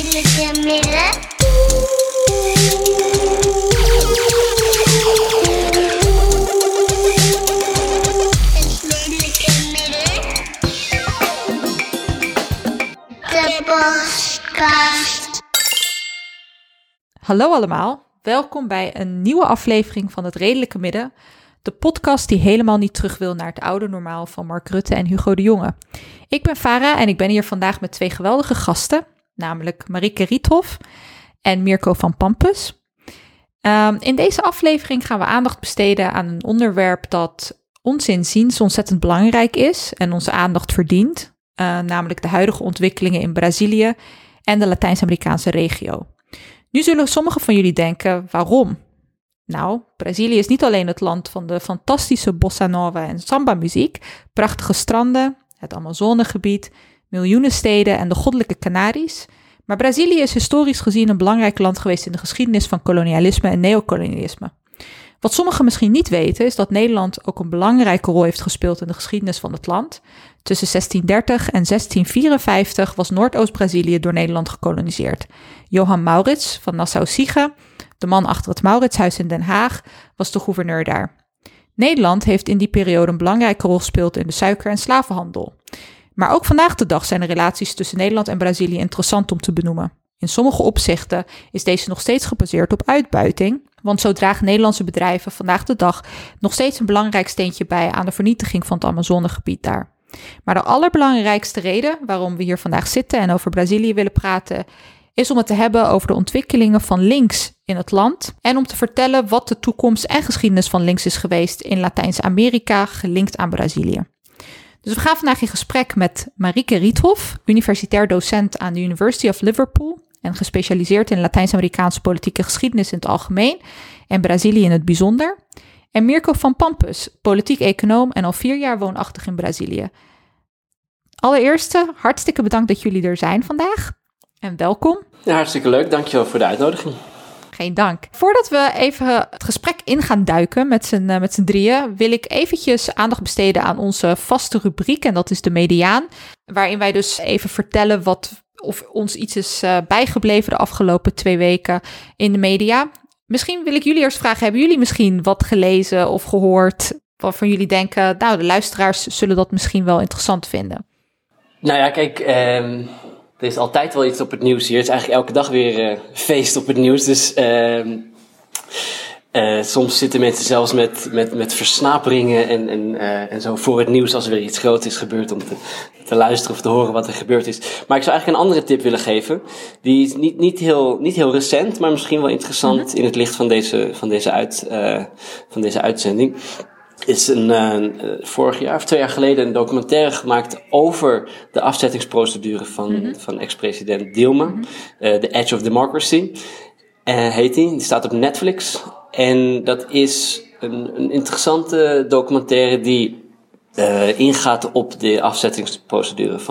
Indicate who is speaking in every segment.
Speaker 1: Stedelijke Midden. Het Stedelijke Midden. De podcast.
Speaker 2: Hallo allemaal, welkom bij een nieuwe aflevering van Het Redelijke Midden, de podcast die helemaal niet terug wil naar het oude normaal van Mark Rutte en Hugo de Jonge. Ik ben Farah en ik ben hier vandaag met twee geweldige gasten, namelijk Marieke Riethoff en Mirko van Pampus. In deze aflevering gaan we aandacht besteden aan een onderwerp dat ons inziens ontzettend belangrijk is en onze aandacht verdient, namelijk de huidige ontwikkelingen in Brazilië en de Latijns-Amerikaanse regio. Nu zullen sommigen van jullie denken, waarom? Nou, Brazilië is niet alleen het land van de fantastische bossa nova en samba muziek, prachtige stranden, het Amazonegebied, miljoenen steden en de goddelijke Canaries, maar Brazilië is historisch gezien een belangrijk land geweest in de geschiedenis van kolonialisme en neocolonialisme. Wat sommigen misschien niet weten is dat Nederland ook een belangrijke rol heeft gespeeld in de geschiedenis van het land. Tussen 1630 en 1654 was Noordoost-Brazilië door Nederland gekoloniseerd. Johan Maurits van Nassau-Siegen, de man achter het Mauritshuis in Den Haag, was de gouverneur daar. Nederland heeft in die periode een belangrijke rol gespeeld in de suiker- en slavenhandel. Maar ook vandaag de dag zijn de relaties tussen Nederland en Brazilië interessant om te benoemen. In sommige opzichten is deze nog steeds gebaseerd op uitbuiting, want zo dragen Nederlandse bedrijven vandaag de dag nog steeds een belangrijk steentje bij aan de vernietiging van het Amazonegebied daar. Maar de allerbelangrijkste reden waarom we hier vandaag zitten en over Brazilië willen praten, is om het te hebben over de ontwikkelingen van links in het land en om te vertellen wat de toekomst en geschiedenis van links is geweest in Latijns-Amerika, gelinkt aan Brazilië. Dus we gaan vandaag in gesprek met Marieke Riethoff, universitair docent aan de University of Liverpool en gespecialiseerd in Latijns-Amerikaanse politieke geschiedenis in het algemeen en Brazilië in het bijzonder. En Mirko van Pampus, politiek econoom en al 4 jaar woonachtig in Brazilië. Allereerst, hartstikke bedankt dat jullie er zijn vandaag en welkom.
Speaker 3: Ja, hartstikke leuk, dankjewel voor de uitnodiging.
Speaker 2: Geen dank. Voordat we even het gesprek in gaan duiken met z'n drieën, wil ik eventjes aandacht besteden aan onze vaste rubriek en dat is de Mediaan, waarin wij dus even vertellen of ons iets is bijgebleven de afgelopen 2 weken in de media. Misschien wil ik jullie eerst vragen, hebben jullie misschien wat gelezen of gehoord waarvan jullie denken, nou, de luisteraars zullen dat misschien wel interessant vinden?
Speaker 3: Nou ja, kijk, er is altijd wel iets op het nieuws hier. Het is eigenlijk elke dag weer feest op het nieuws. Dus soms zitten mensen zelfs met versnaperingen en zo voor het nieuws als er weer iets groots is gebeurd om te luisteren of te horen wat er gebeurd is. Maar ik zou eigenlijk een andere tip willen geven. Die is niet heel recent, maar misschien wel interessant in het licht van deze uitzending. Is vorig jaar of 2 jaar geleden een documentaire gemaakt over de afzettingsprocedure van ex-president Dilma. The Edge of Democracy heet die. Die staat op Netflix. En dat is een interessante documentaire die ingaat op de afzettingsprocedure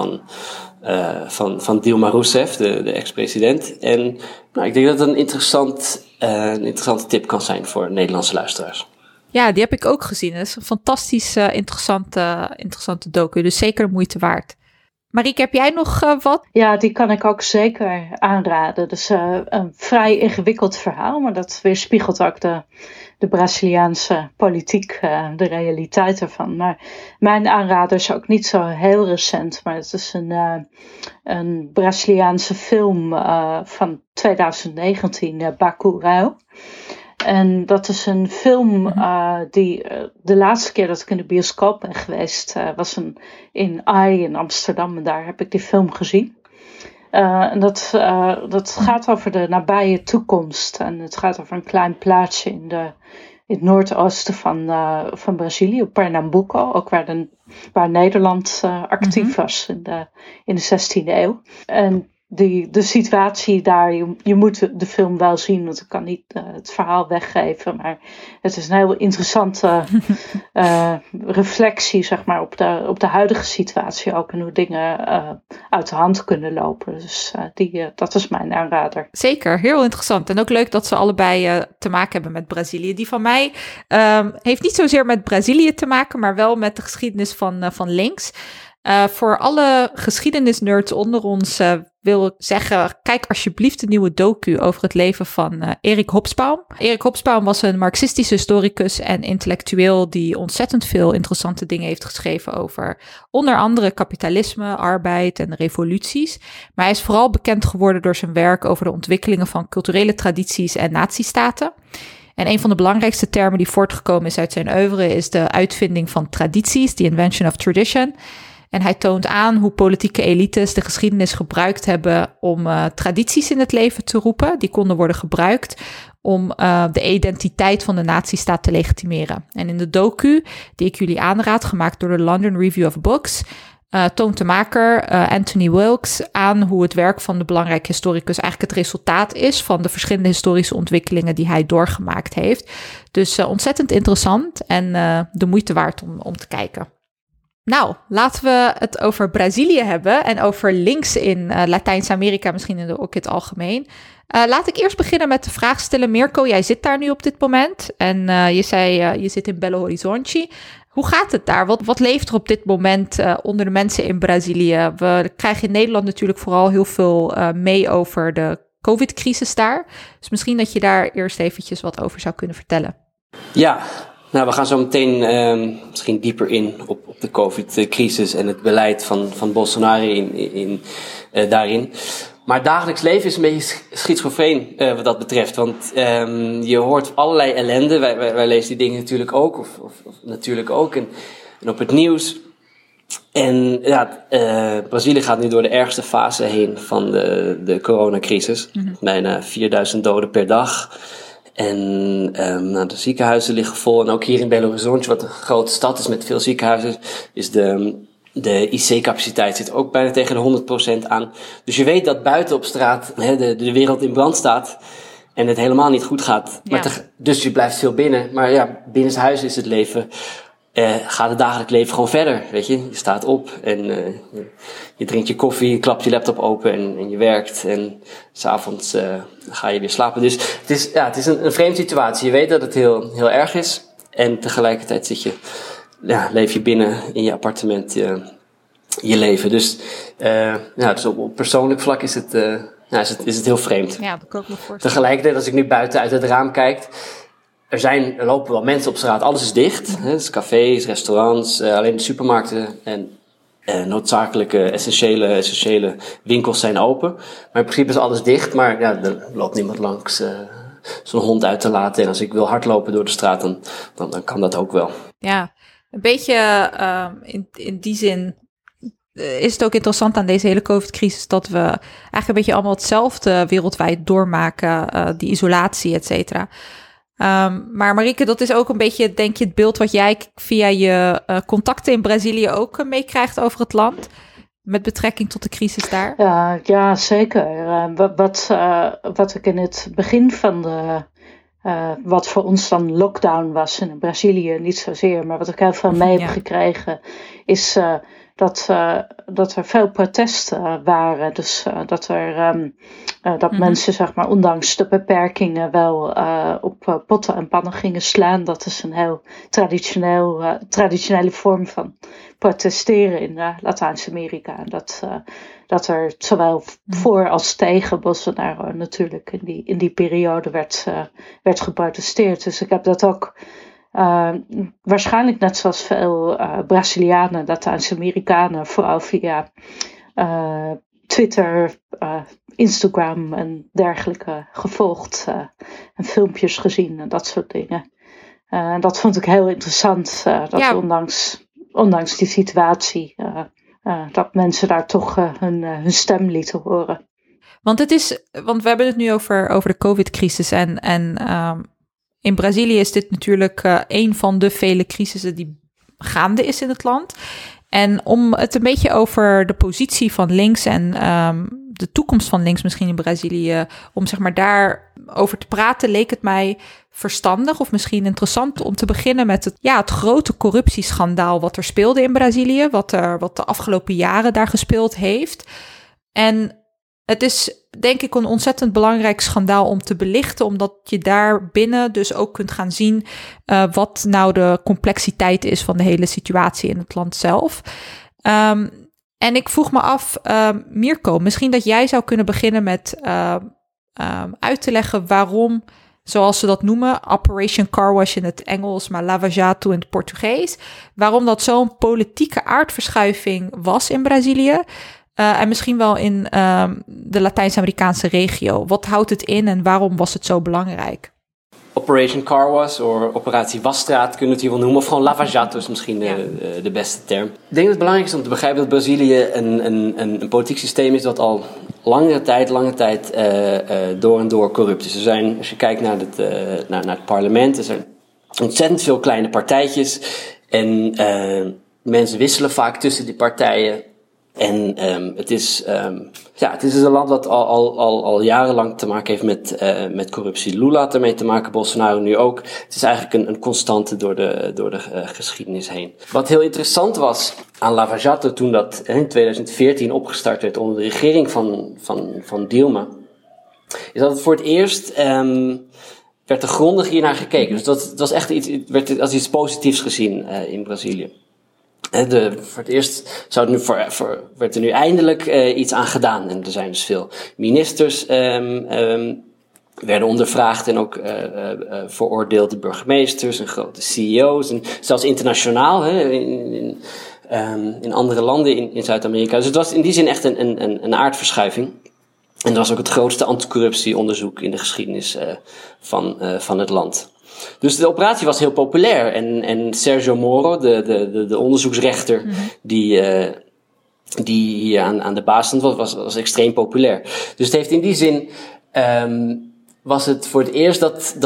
Speaker 3: van Dilma Rousseff, de ex-president. En nou, ik denk dat het een interessante tip kan zijn voor Nederlandse luisteraars.
Speaker 2: Ja, die heb ik ook gezien. Dat is een fantastisch interessante docu, dus zeker de moeite waard. Marieke, heb jij nog wat?
Speaker 4: Ja, die kan ik ook zeker aanraden. Dus een vrij ingewikkeld verhaal, maar dat weerspiegelt ook de Braziliaanse politiek, de realiteit ervan. Maar mijn aanrader is ook niet zo heel recent, maar het is een Braziliaanse film van 2019, Bacurau. En dat is een film die de laatste keer dat ik in de bioscoop ben geweest was in AI in Amsterdam. En daar heb ik die film gezien. En dat gaat over de nabije toekomst. En het gaat over een klein plaatsje in het noordoosten van Brazilië, op Pernambuco. Ook waar Nederland actief was in de 16e eeuw. En de situatie daar, je moet de film wel zien, want ik kan niet het verhaal weggeven, maar het is een heel interessante reflectie, zeg maar, op de huidige situatie ook en hoe dingen uit de hand kunnen lopen. Dus dat is mijn aanrader.
Speaker 2: Zeker, heel interessant. En ook leuk dat ze allebei te maken hebben met Brazilië. Die van mij heeft niet zozeer met Brazilië te maken, maar wel met de geschiedenis van links. Voor alle geschiedenisnerds onder ons wil ik zeggen, kijk alsjeblieft de nieuwe docu over het leven van Erik Hobsbawm. Erik Hobsbawm was een marxistische historicus en intellectueel die ontzettend veel interessante dingen heeft geschreven over onder andere kapitalisme, arbeid en revoluties. Maar hij is vooral bekend geworden door zijn werk over de ontwikkelingen van culturele tradities en nazistaten. En een van de belangrijkste termen die voortgekomen is uit zijn oeuvre is de uitvinding van tradities, the invention of tradition. En hij toont aan hoe politieke elites de geschiedenis gebruikt hebben om tradities in het leven te roepen. Die konden worden gebruikt om de identiteit van de nazistaat te legitimeren. En in de docu, die ik jullie aanraad, gemaakt door de London Review of Books, toont de maker Anthony Wilkes aan hoe het werk van de belangrijke historicus eigenlijk het resultaat is van de verschillende historische ontwikkelingen die hij doorgemaakt heeft. Dus ontzettend interessant en de moeite waard om te kijken. Nou, laten we het over Brazilië hebben en over links in Latijns-Amerika, misschien ook in het algemeen. Laat ik eerst beginnen met de vraag stellen. Mirko, jij zit daar nu op dit moment en je zei je zit in Belo Horizonte. Hoe gaat het daar? Wat leeft er op dit moment onder de mensen in Brazilië? We krijgen in Nederland natuurlijk vooral heel veel mee over de COVID-crisis daar. Dus misschien dat je daar eerst eventjes wat over zou kunnen vertellen.
Speaker 3: Ja, nou, we gaan zo meteen misschien dieper in op de COVID-crisis en het beleid van Bolsonaro daarin. Maar het dagelijks leven is een beetje schizofreen wat dat betreft. Want je hoort allerlei ellende. Wij lezen die dingen natuurlijk ook. Of natuurlijk ook. En op het nieuws. En ja, Brazilië gaat nu door de ergste fase heen van de coronacrisis. Mm-hmm. Bijna 4000 doden per dag. En de ziekenhuizen liggen vol. En ook hier in Belo Horizonte, wat een grote stad is met veel ziekenhuizen, is de IC-capaciteit zit ook bijna tegen de 100% aan. Dus je weet dat buiten op straat de wereld in brand staat en het helemaal niet goed gaat. Ja. Dus je blijft veel binnen. Maar ja, binnenshuis is het leven, gaat het dagelijks leven gewoon verder. Weet je staat op en je drinkt je koffie, je klapt je laptop open en je werkt. En 's avonds ga je weer slapen. Dus het is een vreemde situatie. Je weet dat het heel, heel erg is. En tegelijkertijd leef je binnen in je appartement je leven. Dus, dus op persoonlijk vlak is het heel vreemd.
Speaker 2: Ja, dat kan ik me voorstellen.
Speaker 3: Tegelijkertijd, als ik nu buiten uit het raam kijk, er lopen wel mensen op straat, alles is dicht. Dus cafés, restaurants, alleen de supermarkten en noodzakelijke, essentiële winkels zijn open. Maar in principe is alles dicht, maar ja, er loopt niemand langs zo'n hond uit te laten. En als ik wil hardlopen door de straat, dan kan dat ook wel.
Speaker 2: Ja, een beetje in die zin is het ook interessant aan deze hele COVID-crisis dat we eigenlijk een beetje allemaal hetzelfde wereldwijd doormaken, die isolatie, et cetera. Maar Marieke, dat is ook een beetje, denk je, het beeld wat jij via je contacten in Brazilië ook meekrijgt over het land, met betrekking tot de crisis daar?
Speaker 4: Ja, zeker. Wat ik in het begin van wat voor ons dan lockdown was in Brazilië, niet zozeer, maar wat ik heel veel mee heb gekregen, is dat er veel protesten waren. Dus dat mensen, zeg maar, ondanks de beperkingen wel op potten en pannen gingen slaan. Dat is een heel traditionele vorm van protesteren in Latijns-Amerika. Dat er zowel voor als tegen Bolsonaro natuurlijk in die periode werd geprotesteerd. Dus ik heb dat ook waarschijnlijk net zoals veel Brazilianen, Latijns-Amerikanen, vooral via Twitter, Instagram en dergelijke gevolgd en filmpjes gezien en dat soort dingen. Dat vond ik heel interessant, dat ondanks die situatie, dat mensen daar toch hun stem lieten horen.
Speaker 2: Want we hebben het nu over de COVID-crisis en in Brazilië is dit natuurlijk een van de vele crisissen die gaande is in het land. En om het een beetje over de positie van links en de toekomst van links misschien in Brazilië, om zeg maar daarover te praten, leek het mij verstandig of misschien interessant om te beginnen met het grote corruptieschandaal wat er speelde in Brazilië, wat de afgelopen jaren daar gespeeld heeft. En het is denk ik een ontzettend belangrijk schandaal om te belichten, omdat je daar binnen dus ook kunt gaan zien wat nou de complexiteit is van de hele situatie in het land zelf. En ik vroeg me af, Mirko, misschien dat jij zou kunnen beginnen met uit te leggen waarom, zoals ze dat noemen, Operation Car Wash in het Engels, maar Lava Jato in het Portugees, waarom dat zo'n politieke aardverschuiving was in Brazilië en misschien wel in de Latijns-Amerikaanse regio. Wat houdt het in en waarom was het zo belangrijk?
Speaker 3: Operation Car Wash, of Operatie Wasstraat kunnen we het hier wel noemen. Of gewoon Lava Jato is misschien de beste term. Ik denk dat het belangrijk is om te begrijpen dat Brazilië een politiek systeem is dat al lange tijd door en door corrupt is. Er zijn, als je kijkt naar het parlement, er zijn ontzettend veel kleine partijtjes. En mensen wisselen vaak tussen die partijen. En het is dus een land dat al jarenlang te maken heeft met corruptie. Lula had ermee te maken, Bolsonaro nu ook. Het is eigenlijk een constante door de geschiedenis heen. Wat heel interessant was aan Lava Jato toen dat in 2014 opgestart werd onder de regering van Dilma, is dat het voor het eerst werd er grondig hier naar gekeken. Dus dat was echt werd als iets positiefs gezien in Brazilië. Voor het eerst werd er nu eindelijk iets aan gedaan. En er zijn dus veel ministers werden ondervraagd en ook veroordeelde burgemeesters en grote CEO's. En zelfs internationaal in andere landen in Zuid-Amerika. Dus het was in die zin echt een aardverschuiving. En dat was ook het grootste anticorruptieonderzoek in de geschiedenis van het land. Dus de operatie was heel populair. En Sergio Moro, de onderzoeksrechter die hier aan de baas stond, was extreem populair. Dus het heeft in die zin was het voor het eerst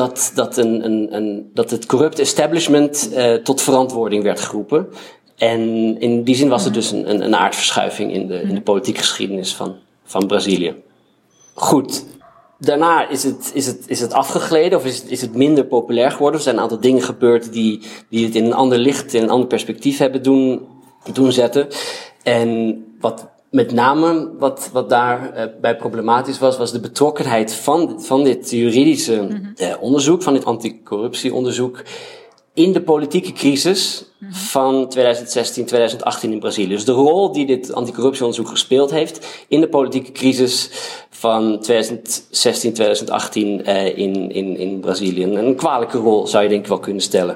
Speaker 3: dat het corrupte establishment tot verantwoording werd geroepen. En in die zin was het dus een aardverschuiving in de politieke geschiedenis van Brazilië. Goed. Daarna is het afgegleden of is het minder populair geworden. Er zijn een aantal dingen gebeurd die het in een ander licht, in een ander perspectief hebben doen zetten. En wat met name wat daarbij problematisch was de betrokkenheid van dit juridische onderzoek, van dit anticorruptieonderzoek, in de politieke crisis van 2016, 2018 in Brazilië. Dus de rol die dit anticorruptieonderzoek gespeeld heeft in de politieke crisis van 2016, 2018 in Brazilië. Een kwalijke rol zou je denk ik wel kunnen stellen.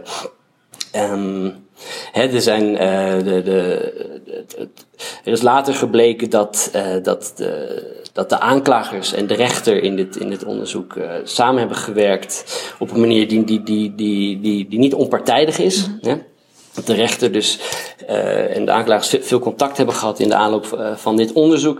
Speaker 3: Er is later gebleken dat de aanklagers en de rechter in dit onderzoek samen hebben gewerkt op een manier die niet onpartijdig is. Dat de rechter dus en de aanklagers veel contact hebben gehad in de aanloop van dit onderzoek.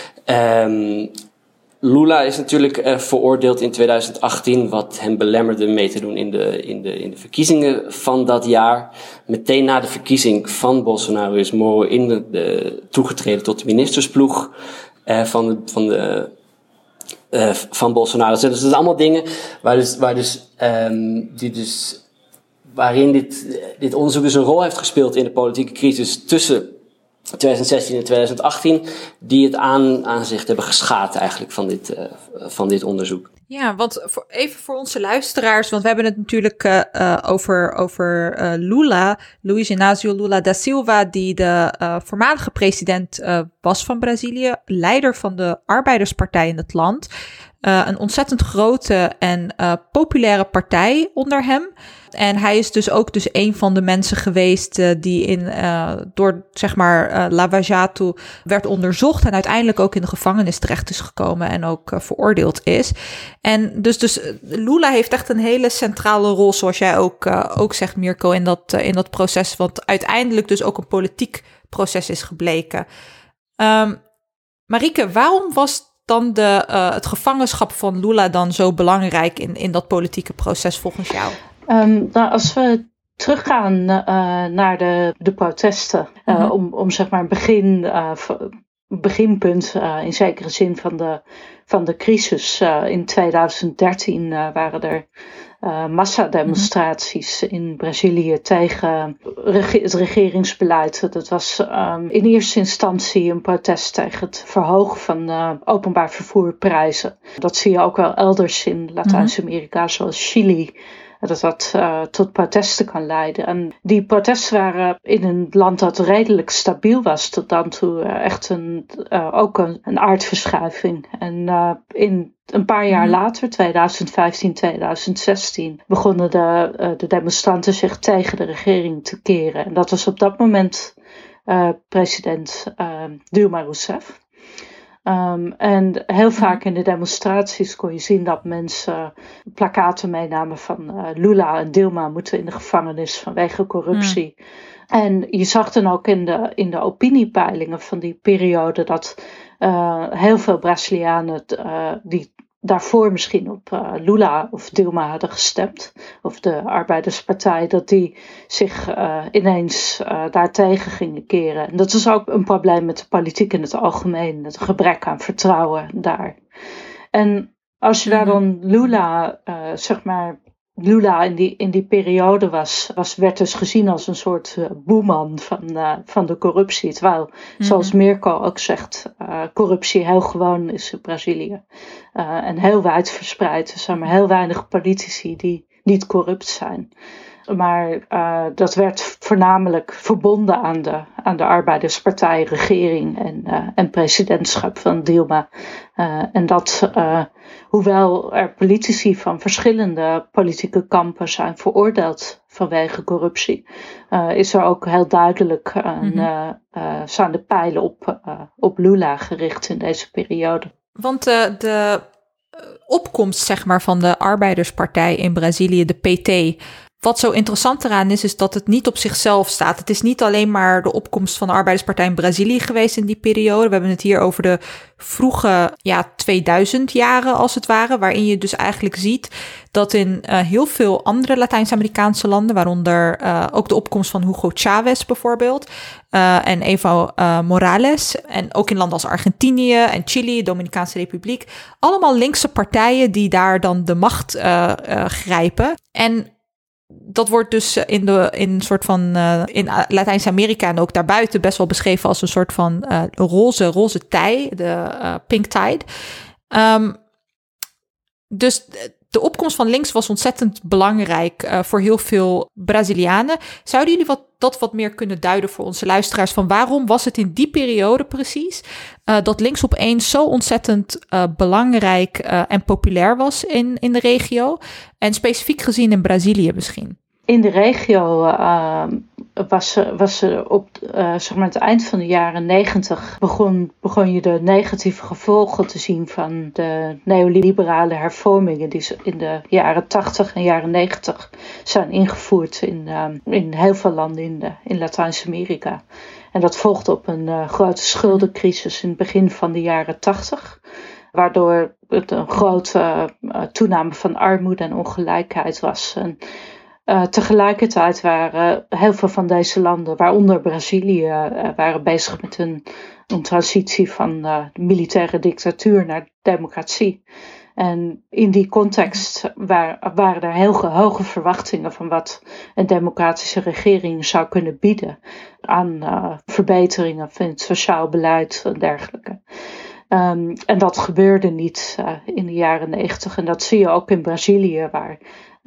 Speaker 3: Lula is natuurlijk veroordeeld in 2018, wat hem belemmerde mee te doen in de verkiezingen van dat jaar. Meteen na de verkiezing van Bolsonaro is Moro toegetreden tot de ministersploeg van Bolsonaro. Dus dat zijn allemaal dingen waarin dit onderzoek dus een rol heeft gespeeld in de politieke crisis tussen 2016 en 2018, die het aanzicht hebben geschaad eigenlijk van dit onderzoek.
Speaker 2: Ja, want even voor onze luisteraars, want we hebben het natuurlijk over Lula, Luiz Inácio Lula da Silva, die de voormalige president was van Brazilië, leider van de Arbeiderspartij in het land. Een ontzettend grote en populaire partij onder hem. En hij is dus ook een van de mensen geweest die door zeg maar Lava Jato werd onderzocht en uiteindelijk ook in de gevangenis terecht is gekomen en ook veroordeeld is. En dus Lula heeft echt een hele centrale rol, zoals jij ook zegt, Mirko, in dat proces, wat uiteindelijk dus ook een politiek proces is gebleken. Marieke, waarom was dan het gevangenschap van Lula dan zo belangrijk in dat politieke proces volgens jou?
Speaker 4: Als we teruggaan naar de protesten, om zeg maar beginpunt in zekere zin van de crisis. In 2013 waren er massademonstraties in Brazilië tegen het regeringsbeleid. Dat was in eerste instantie een protest tegen het verhogen van openbaar vervoerprijzen. Dat zie je ook wel elders in Latijns-Amerika, zoals Chili. dat tot protesten kan leiden. En die protesten waren in een land dat redelijk stabiel was tot dan toe echt ook een aardverschuiving. En in een paar jaar later, 2015, 2016, begonnen de demonstranten zich tegen de regering te keren. En dat was op dat moment president Dilma Rousseff. En heel vaak in de demonstraties kon je zien dat mensen plakkaten meenamen van Lula en Dilma moeten in de gevangenis vanwege corruptie. En je zag dan ook in de opiniepeilingen van die periode dat heel veel Brazilianen die daarvoor misschien op Lula of Dilma hadden gestemd, of de Arbeiderspartij, dat die zich ineens daartegen gingen keren. En dat is ook een probleem met de politiek in het algemeen, het gebrek aan vertrouwen daar. En als je daar dan Lula in die periode werd dus gezien als een soort boeman van de corruptie. Terwijl, zoals Mirko ook zegt, corruptie heel gewoon is in Brazilië. En heel wijd verspreid. Er zijn maar heel weinig politici die niet corrupt zijn. Maar dat werd voornamelijk verbonden aan de Arbeiderspartij, regering en presidentschap van Dilma. En dat, hoewel er politici van verschillende politieke kampen zijn veroordeeld vanwege corruptie, is er ook heel duidelijk zijn de pijlen op Lula gericht in deze periode.
Speaker 2: Want de opkomst, zeg maar, van de Arbeiderspartij in Brazilië, de PT. Wat zo interessant eraan is dat het niet op zichzelf staat. Het is niet alleen maar de opkomst van de Arbeiderspartij in Brazilië geweest in die periode. We hebben het hier over de vroege 2000 jaren als het ware, waarin je dus eigenlijk ziet dat in heel veel andere Latijns-Amerikaanse landen, waaronder ook de opkomst van Hugo Chavez bijvoorbeeld, en Evo Morales, en ook in landen als Argentinië en Chili, Dominicaanse Republiek, allemaal linkse partijen die daar dan de macht grijpen. En dat wordt dus in Latijns-Amerika en ook daarbuiten best wel beschreven als een soort van roze tij, de pink tide. Dus de opkomst van links was ontzettend belangrijk voor heel veel Brazilianen. Zouden jullie dat wat meer kunnen duiden voor onze luisteraars? Van waarom was het in die periode precies dat links opeens zo ontzettend belangrijk en populair was in de regio? En specifiek gezien in Brazilië misschien?
Speaker 4: In de regio was op het eind van de jaren 90 begon je de negatieve gevolgen te zien van de neoliberale hervormingen die in de jaren 80 en jaren 90 zijn ingevoerd in heel veel landen in Latijns-Amerika. En dat volgde op een grote schuldencrisis in het begin van de jaren 80. Waardoor het een grote toename van armoede en ongelijkheid was. En tegelijkertijd waren heel veel van deze landen, waaronder Brazilië, waren bezig met een transitie van de militaire dictatuur naar democratie. En in die context waren er heel hoge verwachtingen van wat een democratische regering zou kunnen bieden aan verbeteringen van het sociaal beleid en dergelijke. En dat gebeurde niet in de jaren 90. En dat zie je ook in Brazilië, waar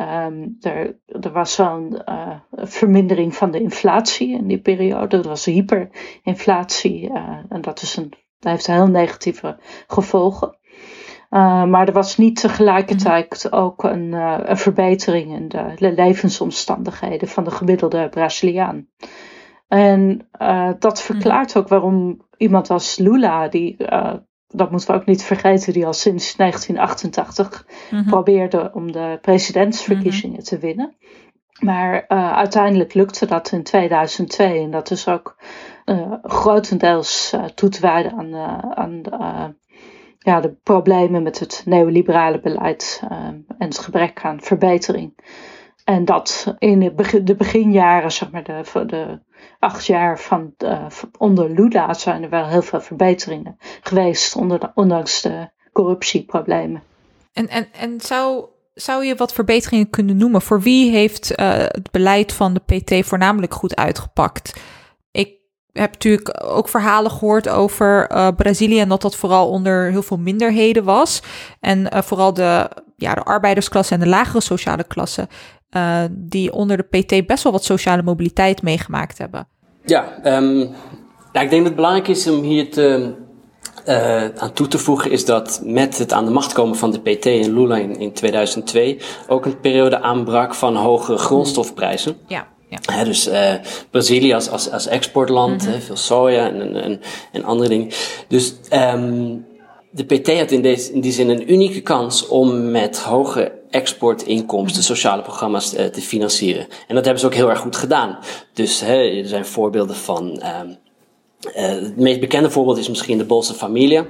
Speaker 4: er was zo'n vermindering van de inflatie in die periode. Er was hyperinflatie en dat heeft heel negatieve gevolgen. Maar er was niet tegelijkertijd ook een verbetering in de levensomstandigheden van de gemiddelde Braziliaan. En dat verklaart ook waarom iemand als Lula, dat moeten we ook niet vergeten, die al sinds 1988 probeerde om de presidentsverkiezingen te winnen. Maar uiteindelijk lukte dat in 2002 en dat is ook grotendeels toe te wijden aan de problemen met het neoliberale beleid en het gebrek aan verbetering. En dat in de beginjaren, zeg maar de 8 jaar onder Lula, zijn er wel heel veel verbeteringen geweest, ondanks de corruptieproblemen.
Speaker 2: En zou je wat verbeteringen kunnen noemen? Voor wie heeft het beleid van de PT voornamelijk goed uitgepakt? Ik heb natuurlijk ook verhalen gehoord over Brazilië en dat vooral onder heel veel minderheden was. En vooral de arbeidersklasse en de lagere sociale klasse die onder de PT best wel wat sociale mobiliteit meegemaakt hebben.
Speaker 3: Ja, ik denk dat het belangrijk is om hier aan toe te voegen is dat met het aan de macht komen van de PT en Lula in 2002 ook een periode aanbrak van hoge grondstofprijzen.
Speaker 2: Ja.
Speaker 3: Dus Brazilië als exportland, veel soja en andere dingen. Dus de PT had in die zin een unieke kans om met hoge exportinkomsten sociale programma's te financieren. En dat hebben ze ook heel erg goed gedaan. Dus er zijn voorbeelden van het meest bekende voorbeeld is misschien de Bolsa Familia.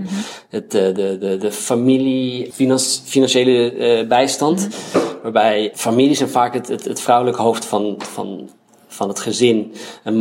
Speaker 3: De familie financiële bijstand. Waarbij families zijn vaak het vrouwelijk hoofd van het gezin een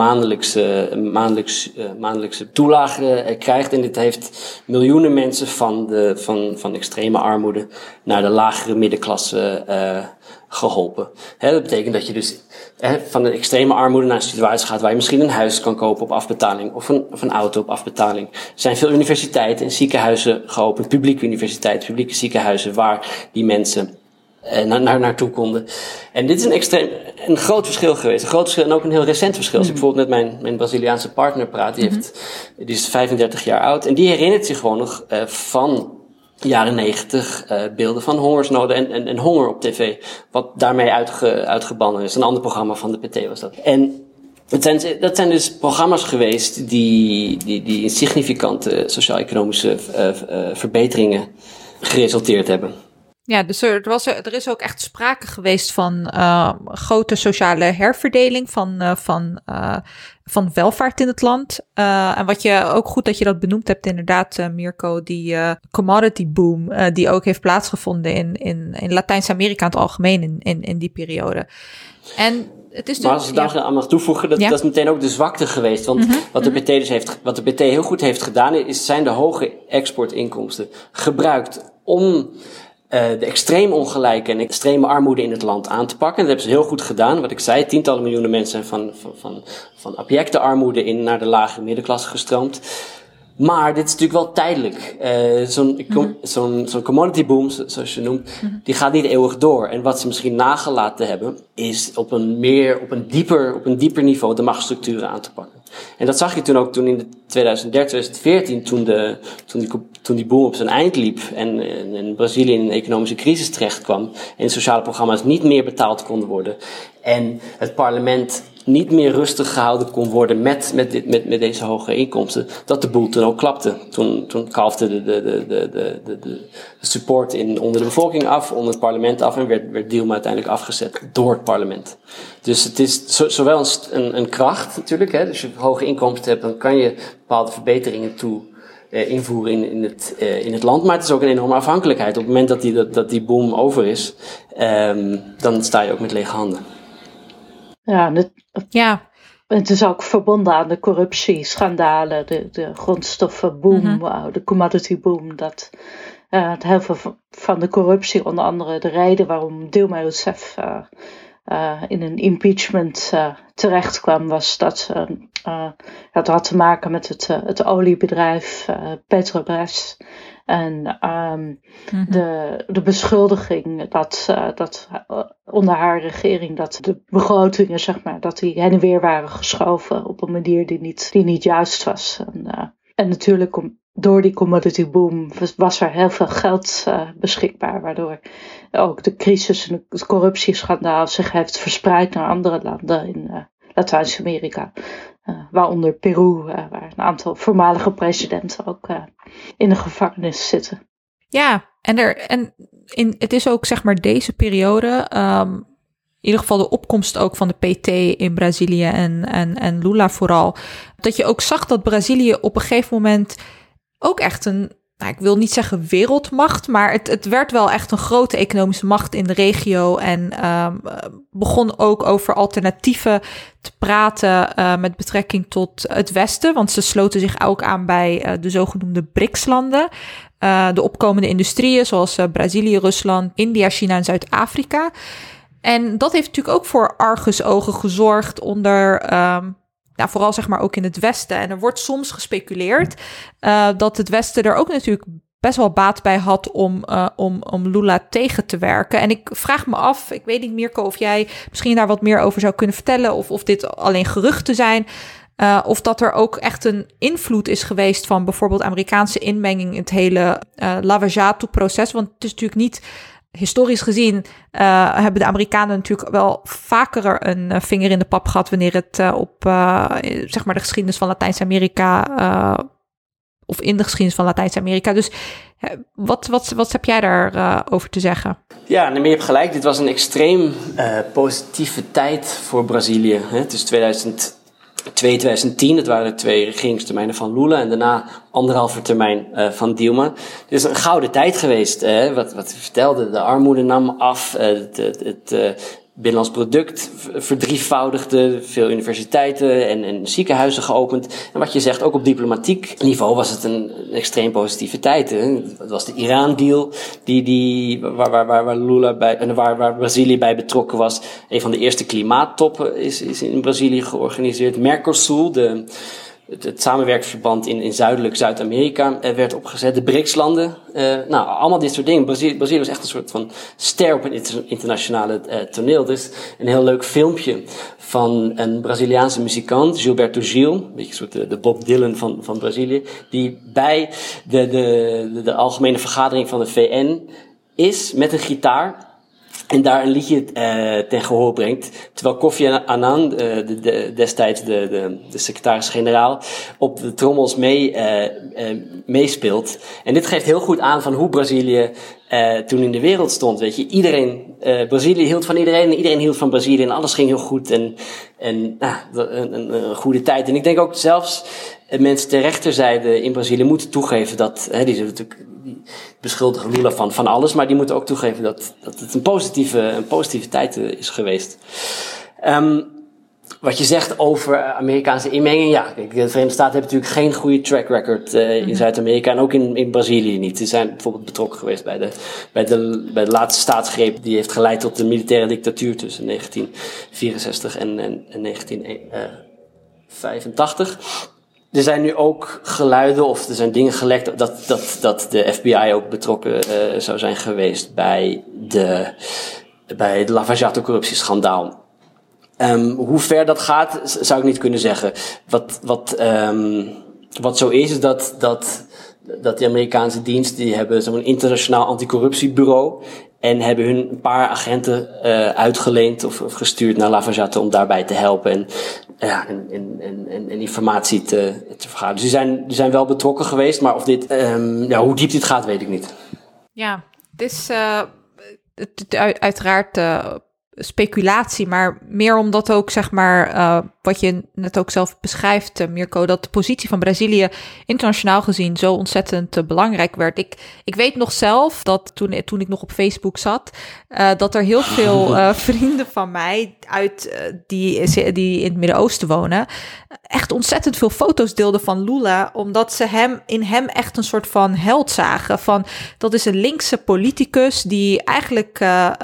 Speaker 3: maandelijkse toelage krijgt. En dit heeft miljoenen mensen van extreme armoede naar de lagere middenklasse geholpen. Dat betekent dat je dus van de extreme armoede naar een situatie gaat waar je misschien een huis kan kopen op afbetaling of een auto op afbetaling. Er zijn veel universiteiten en ziekenhuizen geopend, publieke universiteiten, publieke ziekenhuizen waar die mensen naartoe konden. En dit is een groot verschil geweest. Een groot verschil en ook een heel recent verschil. Als ik bijvoorbeeld met mijn Braziliaanse partner praat, die is 35 jaar oud en die herinnert zich gewoon nog van jaren 90 beelden van hongersnoden en honger op tv. Wat daarmee uitgebannen is. Een ander programma van de PT was dat. En dat zijn dus programma's geweest die significante sociaal-economische verbeteringen geresulteerd hebben.
Speaker 2: Ja, dus er is ook echt sprake geweest van grote sociale herverdeling van welvaart in het land. En wat je ook goed dat je dat benoemd hebt inderdaad, Mirko, die commodity boom die ook heeft plaatsgevonden in Latijns-Amerika in het algemeen in die periode. En het is
Speaker 3: maar als ik daar aan mag toevoegen, dat is meteen ook de zwakte geweest. Want wat de PT heel goed heeft gedaan, zijn de hoge exportinkomsten gebruikt om de extreem ongelijke en extreme armoede in het land aan te pakken. Dat hebben ze heel goed gedaan. Wat ik zei, tientallen miljoenen mensen zijn van abjecte armoede naar de lage middenklasse gestroomd. Maar dit is natuurlijk wel tijdelijk. Zo'n commodity boom, zoals je noemt, die gaat niet eeuwig door. En wat ze misschien nagelaten hebben, is op een dieper niveau de machtsstructuren aan te pakken. En dat zag je toen in 2013, 2014, toen die boom op zijn eind liep en Brazilië in een economische crisis terecht kwam en sociale programma's niet meer betaald konden worden en het parlement niet meer rustig gehouden kon worden met deze hoge inkomsten, dat de boel toen ook klapte. Toen kalfde de support onder de bevolking af, onder het parlement af en werd Dilma uiteindelijk afgezet door het parlement. Dus het is zowel een kracht natuurlijk, dus als je hoge inkomsten hebt, dan kan je bepaalde verbeteringen invoeren in het land, maar het is ook een enorme afhankelijkheid. Op het moment dat die boom over is, dan sta je ook met lege handen.
Speaker 4: Ja, het is ook verbonden aan de corruptieschandalen, de grondstoffenboom, de commodity boom. Dat heel veel van de corruptie, onder andere de reden waarom Dilma Rousseff in een impeachment terecht kwam, was dat had te maken met het oliebedrijf Petrobras. En de beschuldiging dat onder haar regering dat de begrotingen, zeg maar, dat die heen en weer waren geschoven op een manier die niet juist was. En natuurlijk door die commodity boom was er heel veel geld beschikbaar, waardoor ook de crisis en het corruptieschandaal zich heeft verspreid naar andere landen in Latijns-Amerika. Waaronder Peru, waar een aantal voormalige presidenten ook in de gevangenis zitten.
Speaker 2: Ja, het is ook zeg maar deze periode, in ieder geval de opkomst ook van de PT in Brazilië en Lula vooral, dat je ook zag dat Brazilië op een gegeven moment ook echt ik wil niet zeggen wereldmacht, maar het werd wel echt een grote economische macht in de regio en begon ook over alternatieven te praten met betrekking tot het Westen, want ze sloten zich ook aan bij de zogenoemde BRICS-landen, de opkomende industrieën zoals Brazilië, Rusland, India, China en Zuid-Afrika. En dat heeft natuurlijk ook voor argusogen gezorgd onder vooral zeg maar ook in het Westen. En er wordt soms gespeculeerd dat het Westen er ook natuurlijk best wel baat bij had om Lula tegen te werken. En ik vraag me af, ik weet niet, Mirko, of jij misschien daar wat meer over zou kunnen vertellen, of dit alleen geruchten zijn, of dat er ook echt een invloed is geweest van bijvoorbeeld Amerikaanse inmenging in het hele Lava Jato-proces. Want het is natuurlijk niet, historisch gezien hebben de Amerikanen natuurlijk wel vaker een vinger in de pap gehad wanneer het op zeg maar de geschiedenis van Latijns-Amerika of in de geschiedenis van Latijns-Amerika. Dus wat heb jij daar over te zeggen?
Speaker 3: Ja, je hebt gelijk. Dit was een extreem positieve tijd voor Brazilië. Tussen 2002 en 2010, dat waren de 2 regeringstermijnen van Lula en daarna 1,5 termijn van Dilma. Het is een gouden tijd geweest. Wat u vertelde, de armoede nam af, het binnenlands product verdrievoudigde, veel universiteiten en ziekenhuizen geopend. En wat je zegt, ook op diplomatiek niveau was het een extreem positieve tijd. Het was de Iran-deal waar Lula bij en waar Brazilië bij betrokken was. Een van de eerste klimaattoppen is in Brazilië georganiseerd. Mercosur, het samenwerkingsverband in zuidelijk Zuid-Amerika werd opgezet. De BRICS-landen. Allemaal dit soort dingen. Brazilië was echt een soort van ster op een internationale toneel. Er is een heel leuk filmpje van een Braziliaanse muzikant, Gilberto Gil, een beetje een soort de Bob Dylan van Brazilië, die bij de algemene vergadering van de VN is met een gitaar en daar een liedje ten gehoor brengt. Terwijl Kofi Annan, destijds de secretaris-generaal, op de trommels meespeelt. En dit geeft heel goed aan van hoe Brazilië toen in de wereld stond. Weet je, Brazilië hield van iedereen en iedereen hield van Brazilië en alles ging heel goed en een goede tijd. En ik denk ook zelfs mensen ter rechterzijde in Brazilië moeten toegeven dat, die zullen natuurlijk beschuldigen Lula van alles, maar die moeten ook toegeven dat het een positieve tijd is geweest. Wat je zegt over Amerikaanse inmenging, ja, kijk, de Verenigde Staten hebben natuurlijk geen goede track record in Zuid-Amerika en ook in Brazilië niet. Ze zijn bijvoorbeeld betrokken geweest bij de laatste staatsgreep die heeft geleid tot de militaire dictatuur tussen 1964 en 1985. Er zijn nu ook geluiden of er zijn dingen gelekt dat de FBI ook betrokken zou zijn geweest bij de Lava Jato corruptieschandaal. Hoe ver dat gaat, zou ik niet kunnen zeggen. Wat zo is dat de Amerikaanse dienst, die hebben zo'n internationaal anticorruptiebureau en hebben hun een paar agenten uitgeleend of gestuurd naar Lava Jato om daarbij te helpen en informatie te vergaren. Dus die zijn wel betrokken geweest, maar of hoe diep dit gaat, weet ik niet.
Speaker 2: Ja, het is uiteraard speculatie, maar meer omdat ook, zeg maar, wat je net ook zelf beschrijft, Mirko, dat de positie van Brazilië internationaal gezien zo ontzettend belangrijk werd. Ik weet nog zelf dat toen ik nog op Facebook zat, dat er heel veel vrienden van mij die in het Midden-Oosten wonen, echt ontzettend veel foto's deelden van Lula, omdat ze in hem echt een soort van held zagen. Van, dat is een linkse politicus die eigenlijk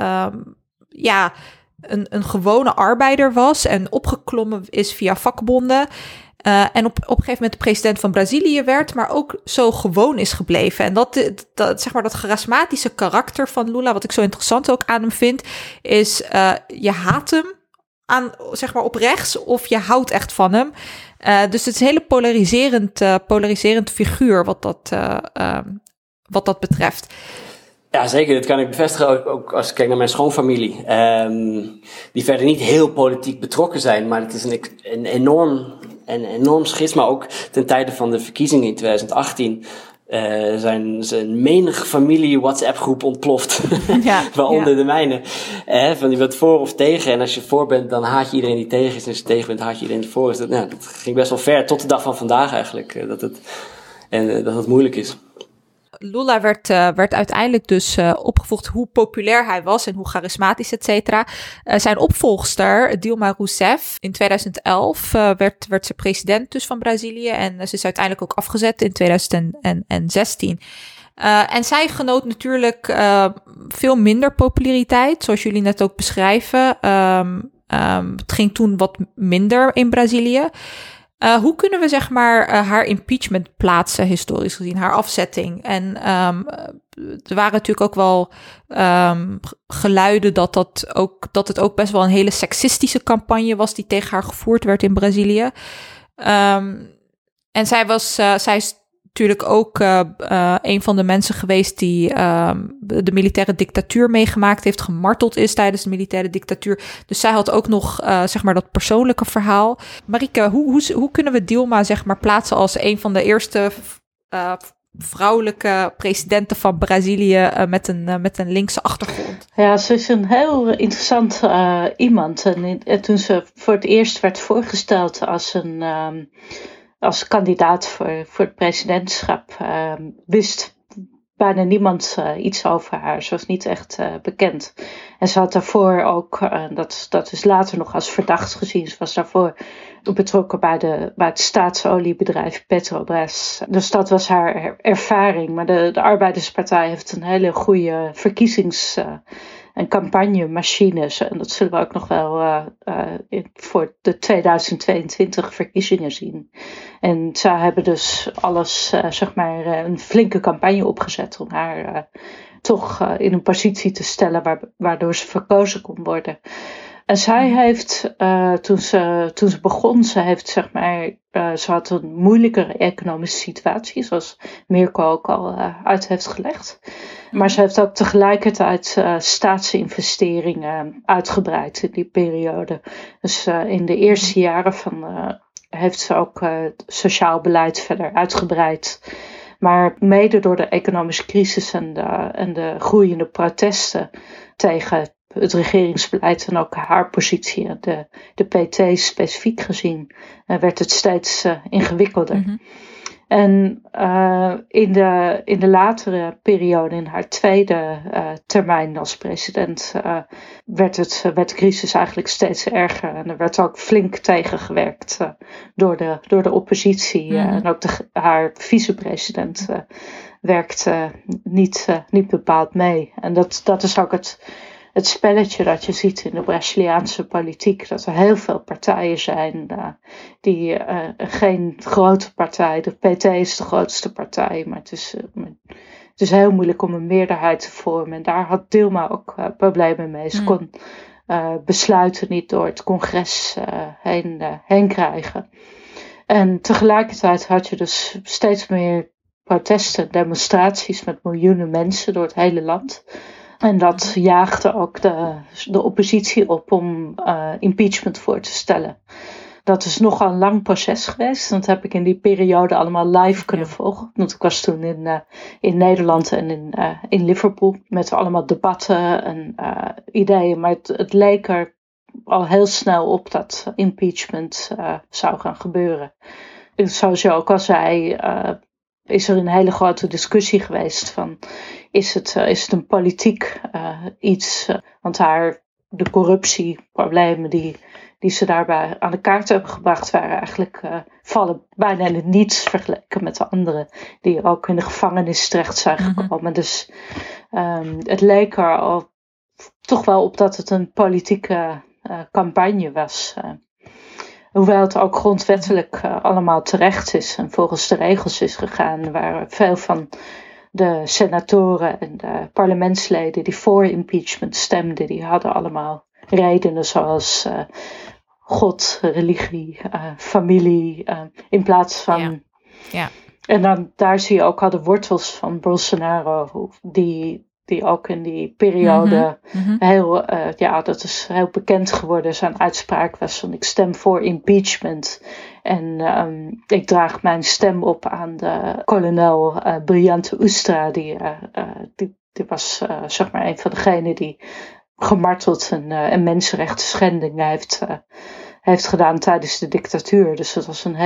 Speaker 2: een gewone arbeider was en opgeklommen is via vakbonden. En op een gegeven moment de president van Brazilië werd, maar ook zo gewoon is gebleven. En dat zeg maar, dat charismatische karakter van Lula, wat ik zo interessant ook aan hem vind, is je haat hem zeg maar op rechts of je houdt echt van hem. Dus het is een hele polariserend figuur wat dat betreft.
Speaker 3: Ja, zeker. Dat kan ik bevestigen, ook als ik kijk naar mijn schoonfamilie. Die verder niet heel politiek betrokken zijn, maar het is een enorm schisma. Ook ten tijde van de verkiezingen in 2018 zijn menige familie WhatsApp-groep ontploft. Ja, waaronder de mijne. Van je bent voor of tegen. En als je voor bent, dan haat je iedereen die tegen is. En als je tegen bent, haat je iedereen die voor is. Dat ging best wel ver, tot de dag van vandaag eigenlijk. Dat het moeilijk is.
Speaker 2: Lula werd uiteindelijk dus opgevolgd hoe populair hij was en hoe charismatisch, et cetera. Zijn opvolgster, Dilma Rousseff, in 2011 werd ze president dus van Brazilië. En ze is uiteindelijk ook afgezet in 2016. En zij genoot natuurlijk veel minder populariteit, zoals jullie net ook beschrijven. Het ging toen wat minder in Brazilië. Hoe kunnen we zeg maar haar impeachment plaatsen, historisch gezien, haar afzetting? En er waren natuurlijk ook wel geluiden dat het ook best wel een hele seksistische campagne was die tegen haar gevoerd werd in Brazilië. En zij is natuurlijk ook een van de mensen geweest die de militaire dictatuur meegemaakt heeft, gemarteld is tijdens de militaire dictatuur. Dus zij had ook nog zeg maar dat persoonlijke verhaal. Marieke, hoe kunnen we Dilma zeg maar plaatsen als een van de eerste vrouwelijke presidenten van Brazilië met een linkse achtergrond?
Speaker 4: Ja, ze is een heel interessant iemand. En toen ze voor het eerst werd voorgesteld als kandidaat voor het presidentschap, wist bijna niemand iets over haar. Ze was niet echt bekend. En ze had daarvoor ook, dat is later nog als verdacht gezien, ze was daarvoor betrokken bij het staatsoliebedrijf Petrobras. Dus dat was haar ervaring. Maar de Arbeiderspartij heeft een hele goede en campagnemachines. En dat zullen we ook nog wel voor de 2022 verkiezingen zien. En zij hebben dus alles, een flinke campagne opgezet om haar toch in een positie te stellen waardoor ze verkozen kon worden. En zij heeft, toen ze begon, ze had een moeilijkere economische situatie, zoals Mirko ook al uit heeft gelegd. Maar ze heeft ook tegelijkertijd staatsinvesteringen uitgebreid in die periode. Dus in de eerste jaren heeft ze ook sociaal beleid verder uitgebreid. Maar mede door de economische crisis en de groeiende protesten tegen het regeringsbeleid en ook haar positie, de PT specifiek gezien, werd het steeds ingewikkelder. Mm-hmm. En in de latere periode, in haar tweede termijn als president, werd de crisis eigenlijk steeds erger. En er werd ook flink tegengewerkt door de oppositie. Mm-hmm. En ook haar vicepresident werkte niet bepaald mee. En dat is ook het spelletje dat je ziet in de Braziliaanse politiek, dat er heel veel partijen zijn die geen grote partij, de PT is de grootste partij, maar het is heel moeilijk om een meerderheid te vormen. En daar had Dilma ook problemen mee. Ze kon besluiten niet door het congres heen krijgen. En tegelijkertijd had je dus steeds meer protesten, demonstraties met miljoenen mensen door het hele land. En dat jaagde ook de oppositie op om impeachment voor te stellen. Dat is nogal een lang proces geweest. Dat heb ik in die periode allemaal live kunnen volgen. Want ik was toen in Nederland en in Liverpool met allemaal debatten en ideeën. Maar het leek er al heel snel op dat impeachment zou gaan gebeuren. Zoals je ook al zei, is er een hele grote discussie geweest van is het een politiek iets? Want de corruptieproblemen die ze daarbij aan de kaart hebben gebracht waren eigenlijk vallen bijna in het niets vergeleken met de anderen die ook in de gevangenis terecht zijn gekomen. Mm-hmm. Dus het leek er al toch wel op dat het een politieke campagne was. Hoewel het ook grondwettelijk allemaal terecht is en volgens de regels is gegaan, waar veel van de senatoren en de parlementsleden die voor impeachment stemden, die hadden allemaal redenen zoals God, religie, familie, in plaats van... Ja. En dan daar zie je ook al de wortels van Bolsonaro, die ook in die periode heel, dat is heel bekend geworden. Zijn uitspraak was van ik stem voor impeachment. En ik draag mijn stem op aan de kolonel Brilhante Ustra. Die was een van degenen die gemarteld en mensenrechten schendingen heeft gedaan tijdens de dictatuur. Dus het was een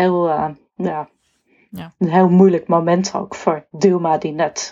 Speaker 4: heel moeilijk moment ook voor Dilma die net...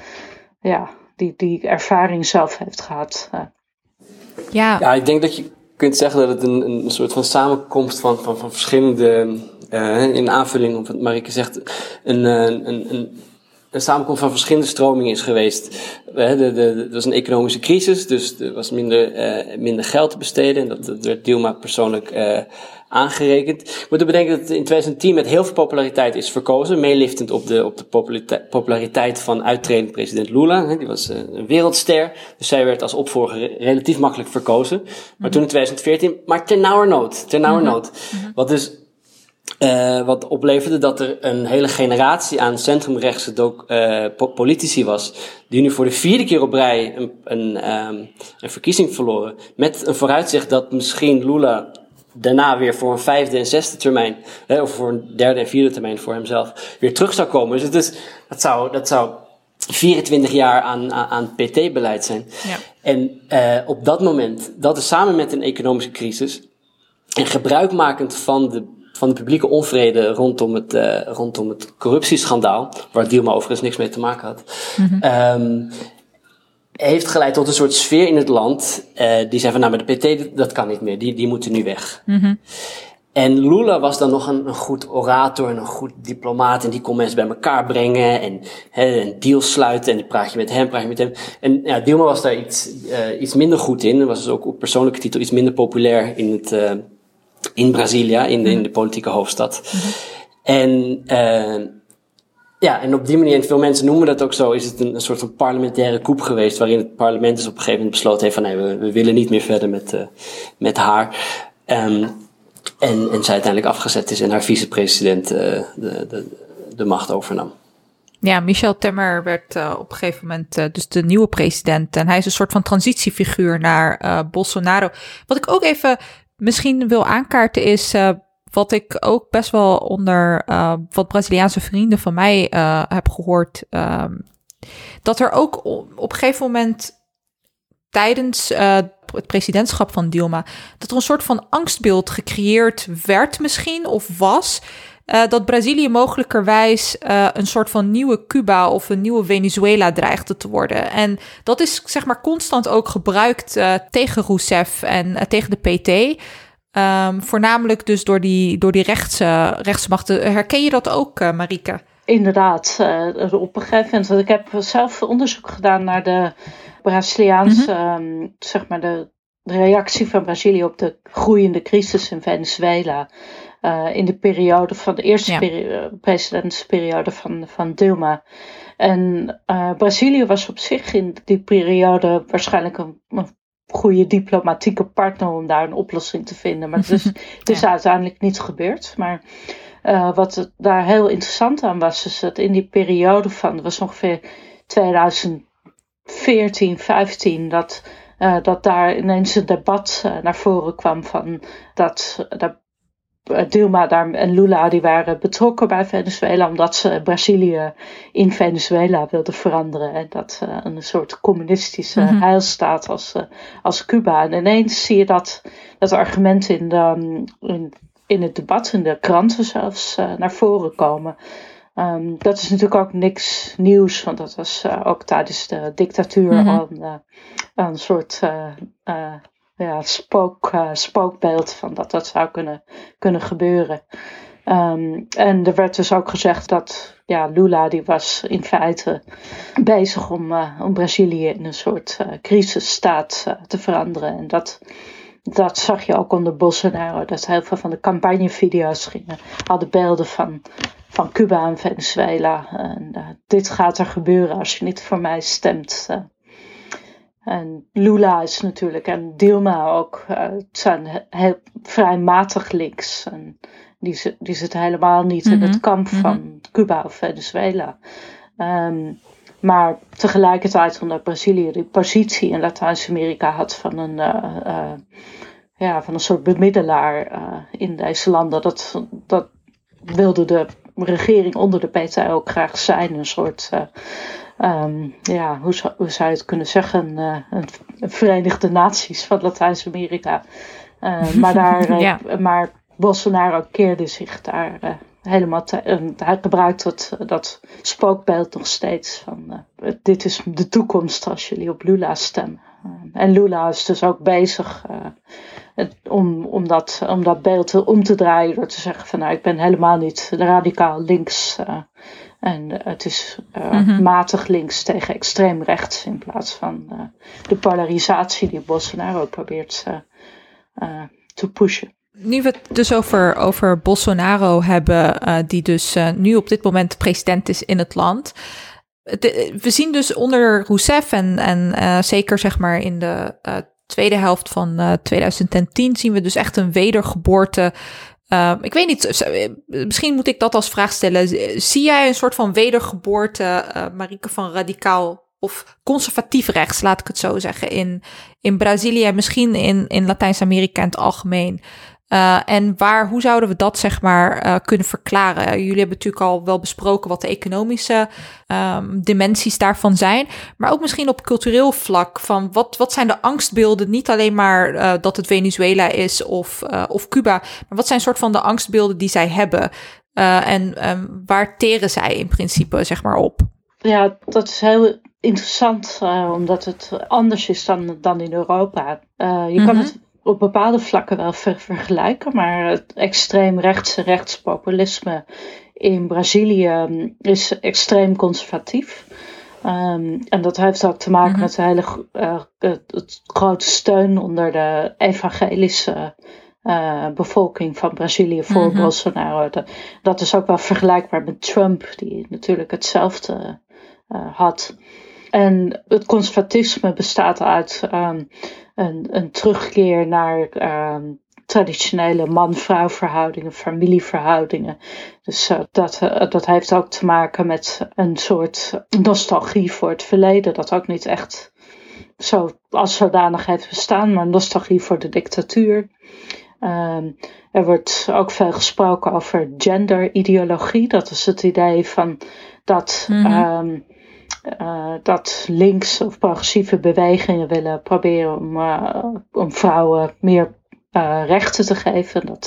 Speaker 4: die ervaring zelf heeft gehad.
Speaker 3: Ja, ik denk dat je kunt zeggen dat het een soort van samenkomst van verschillende, in aanvulling op wat Marieke zegt, een samenkomst van verschillende stromingen is geweest. Er was een economische crisis, dus er was minder geld te besteden. En dat werd Dilma persoonlijk aangerekend. Ik moet bedenken dat het in 2010 met heel veel populariteit is verkozen. Meeliftend op de populariteit van uittredend president Lula. Die was een wereldster. Dus zij werd als opvolger relatief makkelijk verkozen. Maar toen in 2014, maar ternauwernood. Wat dus wat opleverde dat er een hele generatie aan centrumrechtse politici was, die nu voor de 4e keer op rij een verkiezing verloren. Met een vooruitzicht dat misschien Lula daarna weer voor een 5e en 6e termijn, of voor een 3e en 4e termijn voor hemzelf, weer terug zou komen. Dus dat zou 24 jaar aan PT-beleid zijn. Ja. En op dat moment, dat is samen met een economische crisis en gebruikmakend van de publieke onvrede rondom het corruptieschandaal, waar Dilma overigens niks mee te maken had, heeft geleid tot een soort sfeer in het land, die zei van, nou, maar de PT, dat kan niet meer, die moeten nu weg. Mm-hmm. En Lula was dan nog een goed orator en een goed diplomaat, en die kon mensen bij elkaar brengen en deals sluiten, en praat je met hem. En ja, Dilma was daar iets minder goed in, was dus ook op persoonlijke titel iets minder populair in Brasilia, in de politieke hoofdstad. Mm-hmm. En op die manier, en veel mensen noemen dat ook zo, is het een soort van parlementaire coup geweest, waarin het parlement dus op een gegeven moment besloten heeft van, nee, we willen niet meer verder met haar. En zij uiteindelijk afgezet is en haar vicepresident de macht overnam.
Speaker 2: Ja, Michel Temer werd op een gegeven moment dus de nieuwe president. En hij is een soort van transitiefiguur naar Bolsonaro. Wat ik ook even misschien wil aankaarten is, wat ik ook best wel onder wat Braziliaanse vrienden van mij heb gehoord, dat er ook op een gegeven moment tijdens het presidentschap van Dilma, dat er een soort van angstbeeld gecreëerd werd misschien, of was, dat Brazilië mogelijkerwijs een soort van nieuwe Cuba of een nieuwe Venezuela dreigde te worden. En dat is zeg maar constant ook gebruikt tegen Rousseff en tegen de PT. Voornamelijk dus door die rechtse machten. Herken je dat ook, Marieke?
Speaker 4: Inderdaad. Op een gegeven moment, want ik heb zelf onderzoek gedaan naar de Braziliaanse, zeg maar de reactie van Brazilië op de groeiende crisis in Venezuela. In de periode van de eerste presidentsperiode van Dilma. En Brazilië was op zich in die periode waarschijnlijk een goede diplomatieke partner om daar een oplossing te vinden. Maar het is uiteindelijk niet gebeurd. Maar wat daar heel interessant aan was, is dat in die periode van, was ongeveer 2014, 15, dat daar ineens een debat naar voren kwam van dat Dilma en Lula, die waren betrokken bij Venezuela omdat ze Brazilië in Venezuela wilden veranderen. En dat een soort communistische heilstaat als Cuba. En ineens zie je dat argument in het debat, in de kranten zelfs, naar voren komen. Dat is natuurlijk ook niks nieuws, want dat was ook tijdens de dictatuur al een soort spookbeeld van dat zou kunnen gebeuren. En er werd dus ook gezegd dat Lula die was in feite bezig om Brazilië in een soort crisisstaat te veranderen. En dat zag je ook onder Bolsonaro, dat heel veel van de campagnevideo's hadden beelden van Cuba en Venezuela. En dit gaat er gebeuren als je niet voor mij stemt. En Lula is natuurlijk, en Dilma ook, zijn vrij matig links. En die zit helemaal niet in het kamp van Cuba of Venezuela. Maar tegelijkertijd omdat Brazilië die positie in Latijns-Amerika had van een soort bemiddelaar in deze landen. Dat wilde de regering onder de PT ook graag zijn. Een soort, hoe zou je het kunnen zeggen, een Verenigde Naties van Latijns-Amerika. Maar Bolsonaro keerde zich daar helemaal hij gebruikt dat spookbeeld nog steeds van dit is de toekomst als jullie op Lula stemmen. En Lula is dus ook bezig om dat beeld om te draaien door te zeggen van ik ben helemaal niet radicaal links en het is matig links tegen extreem rechts in plaats van de polarisatie die Bolsonaro probeert te pushen.
Speaker 2: Nu we het dus over Bolsonaro hebben, die dus nu op dit moment president is in het land. We zien dus onder Rousseff en zeker zeg maar in de tweede helft van 2010 zien we dus echt een wedergeboorte. Ik weet niet, misschien moet ik dat als vraag stellen. Zie jij een soort van wedergeboorte, Marieke, van radicaal of conservatief rechts, laat ik het zo zeggen, in Brazilië en misschien in Latijns-Amerika in het algemeen? En hoe zouden we dat zeg maar kunnen verklaren? Jullie hebben natuurlijk al wel besproken wat de economische dimensies daarvan zijn, maar ook misschien op cultureel vlak van wat zijn de angstbeelden? Niet alleen maar dat het Venezuela is of Cuba, maar wat zijn soort van de angstbeelden die zij hebben? En waar teren zij in principe zeg maar op?
Speaker 4: Ja, dat is heel interessant, omdat het anders is dan in Europa. Je kan het op bepaalde vlakken wel vergelijken, maar het extreem rechtse rechtspopulisme in Brazilië is extreem conservatief. En dat heeft ook te maken met de hele het grote steun onder de evangelische bevolking van Brazilië voor Bolsonaro. Dat is ook wel vergelijkbaar met Trump, die natuurlijk hetzelfde had. En het conservatisme bestaat uit een terugkeer naar traditionele man-vrouw verhoudingen, familieverhoudingen. Dus dat heeft ook te maken met een soort nostalgie voor het verleden, dat ook niet echt zo als zodanig heeft bestaan, maar nostalgie voor de dictatuur. Er wordt ook veel gesproken over genderideologie. Dat is het idee van dat links of progressieve bewegingen willen proberen om vrouwen meer rechten te geven.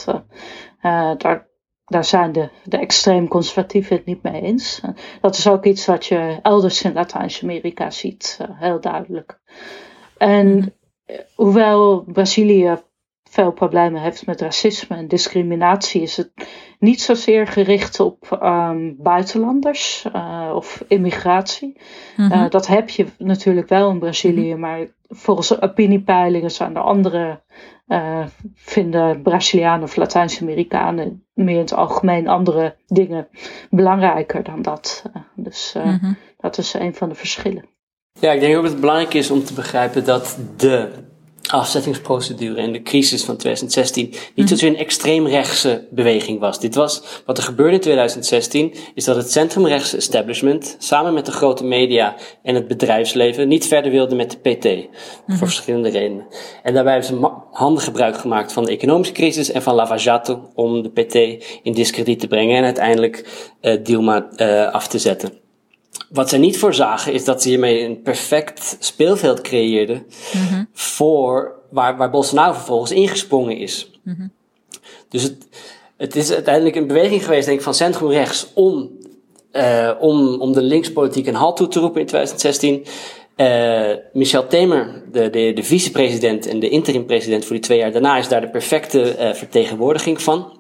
Speaker 4: Daar zijn de extreem conservatieven het niet mee eens. Dat is ook iets wat je elders in Latijns-Amerika ziet, heel duidelijk. En hoewel Brazilië veel problemen heeft met racisme en discriminatie, is het niet zozeer gericht op buitenlanders of immigratie. Dat heb je natuurlijk wel in Brazilië, maar volgens opiniepeilingen zijn er andere, vinden Brazilianen of Latijns-Amerikanen meer in het algemeen andere dingen belangrijker dan dat. Dat is een van de verschillen.
Speaker 3: Ja, ik denk ook dat het belangrijk is om te begrijpen dat de afzettingsprocedure en de crisis van 2016 niet zozeer een extreemrechtse beweging was. Wat er gebeurde in 2016, is dat het centrumrechtse establishment samen met de grote media en het bedrijfsleven niet verder wilde met de PT. Voor verschillende redenen. En daarbij hebben ze handig gebruik gemaakt van de economische crisis en van Lava Jato om de PT in diskrediet te brengen en uiteindelijk Dilma af te zetten. Wat zij niet voorzagen is dat ze hiermee een perfect speelveld creëerden voor waar Bolsonaro vervolgens ingesprongen is. Dus het is uiteindelijk een beweging geweest, denk ik, van centrumrechts om de linkspolitiek een halt toe te roepen in 2016. Michel Temer, de vicepresident en de interim-president voor die 2 jaar daarna, is daar de perfecte vertegenwoordiging van.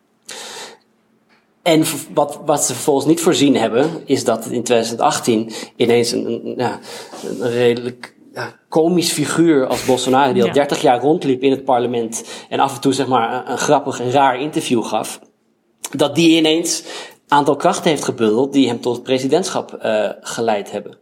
Speaker 3: En wat ze vervolgens niet voorzien hebben, is dat in 2018 ineens een redelijk komisch figuur als Bolsonaro, die al 30 jaar rondliep in het parlement en af en toe zeg maar een grappig en raar interview gaf, dat die ineens een aantal krachten heeft gebundeld die hem tot het presidentschap geleid hebben.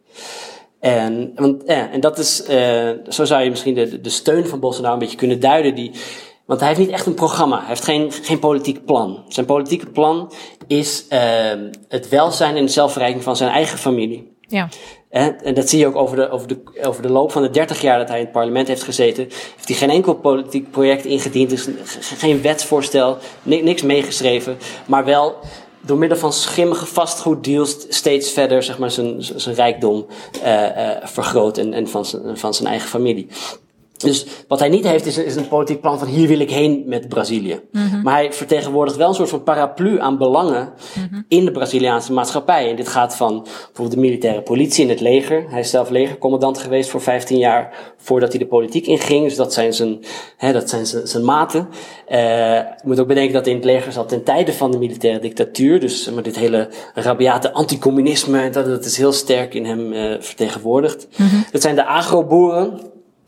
Speaker 3: En dat is, zo zou je misschien de steun van Bolsonaro een beetje kunnen duiden, want hij heeft niet echt een programma. Hij heeft geen politiek plan. Zijn politieke plan is het welzijn en de zelfverrijking van zijn eigen familie. Ja. En dat zie je ook over de loop van de 30 jaar dat hij in het parlement heeft gezeten. Heeft hij geen enkel politiek project ingediend. Dus geen wetsvoorstel, niks meegeschreven. Maar wel door middel van schimmige vastgoeddeals steeds verder zeg maar, zijn rijkdom vergroot en van zijn eigen familie. Dus wat hij niet heeft is een politiek plan van hier wil ik heen met Brazilië. Maar hij vertegenwoordigt wel een soort van paraplu aan belangen in de Braziliaanse maatschappij. En dit gaat van bijvoorbeeld de militaire politie en het leger. Hij is zelf legercommandant geweest voor 15 jaar voordat hij de politiek inging. Dus dat zijn zijn maten. Je moet ook bedenken dat hij in het leger zat ten tijde van de militaire dictatuur. Dus maar dit hele rabiate anticommunisme, dat is heel sterk in hem vertegenwoordigd. Dat zijn de agroboeren.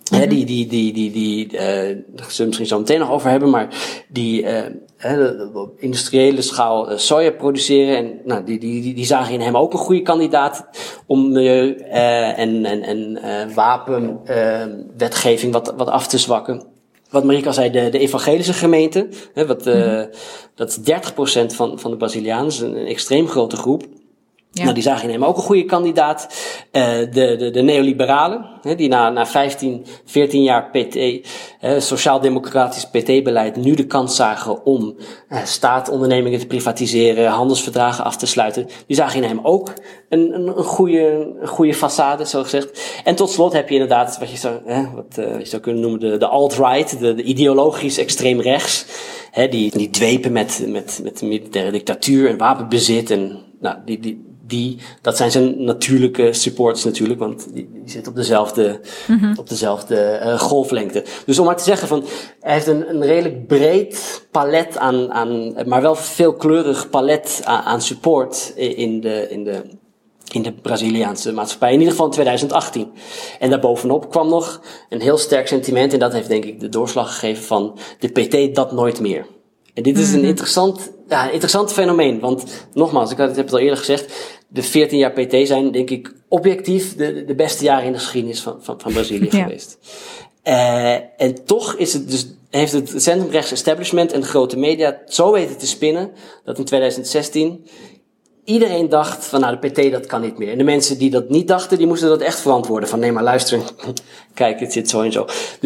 Speaker 3: Daar zullen we misschien zo meteen nog over hebben, maar die op industriële schaal soja produceren. En nou, die zagen in hem ook een goede kandidaat om milieu en wapenwetgeving wat af te zwakken. Wat Marieke al zei, de evangelische gemeente, dat is 30% van de Brazilianen, dat is een extreem grote groep. Ja. Nou, die zagen in hem ook een goede kandidaat. De neoliberalen, die na 14 jaar PT, sociaal-democratisch PT-beleid, nu de kans zagen om staatondernemingen te privatiseren, handelsverdragen af te sluiten. Die zagen in hem ook een goede façade, zo gezegd. En tot slot heb je inderdaad wat je zou kunnen noemen de alt-right, de ideologisch extreem rechts. Die dwepen met militaire dictatuur en wapenbezit en nou, dat zijn zijn natuurlijke supporters natuurlijk, want die zitten op dezelfde golflengte. Dus om maar te zeggen van, hij heeft een redelijk breed palet aan maar wel veelkleurig palet aan support in de Braziliaanse maatschappij, in ieder geval in 2018. En daarbovenop kwam nog een heel sterk sentiment, en dat heeft denk ik de doorslag gegeven van de PT dat nooit meer. En dit is een interessant fenomeen, want nogmaals, ik heb het al eerder gezegd, de 14 jaar PT zijn denk ik objectief de beste jaren in de geschiedenis van Brazilië geweest. En toch heeft het centrumrechts establishment en de grote media zo weten te spinnen, dat in 2016 iedereen dacht van nou, de PT dat kan niet meer. En de mensen die dat niet dachten, die moesten dat echt verantwoorden. Van nee, maar luister, kijk, het zit zo en zo.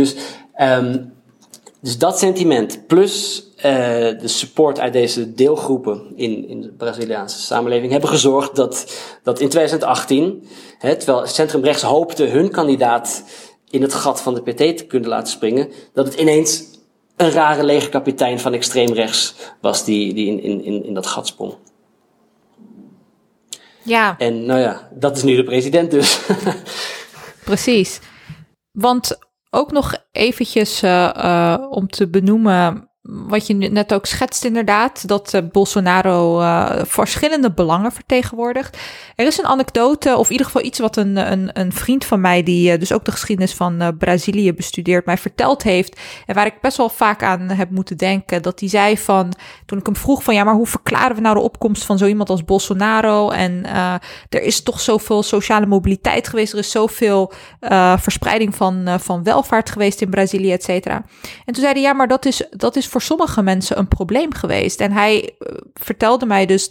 Speaker 3: Dus dat sentiment, plus de support uit deze deelgroepen in de Braziliaanse samenleving, hebben gezorgd dat in 2018, terwijl het centrumrechts hoopte hun kandidaat in het gat van de PT te kunnen laten springen, dat het ineens een rare legerkapitein van extreemrechts was die in dat gat sprong.
Speaker 2: Ja.
Speaker 3: En nou ja, dat is nu de president dus.
Speaker 2: Precies. Want ook nog eventjes om te benoemen wat je net ook schetst inderdaad, dat Bolsonaro verschillende belangen vertegenwoordigt. Er is een anekdote, of in ieder geval iets wat een vriend van mij, die dus ook de geschiedenis van Brazilië bestudeert, mij verteld heeft, en waar ik best wel vaak aan heb moeten denken, dat hij zei van, toen ik hem vroeg van, ja, maar hoe verklaren we nou de opkomst van zo iemand als Bolsonaro? En er is toch zoveel sociale mobiliteit geweest, er is zoveel verspreiding van welvaart geweest in Brazilië, et cetera. En toen zei hij, ja, maar dat is voor sommige mensen een probleem geweest. En hij vertelde mij dus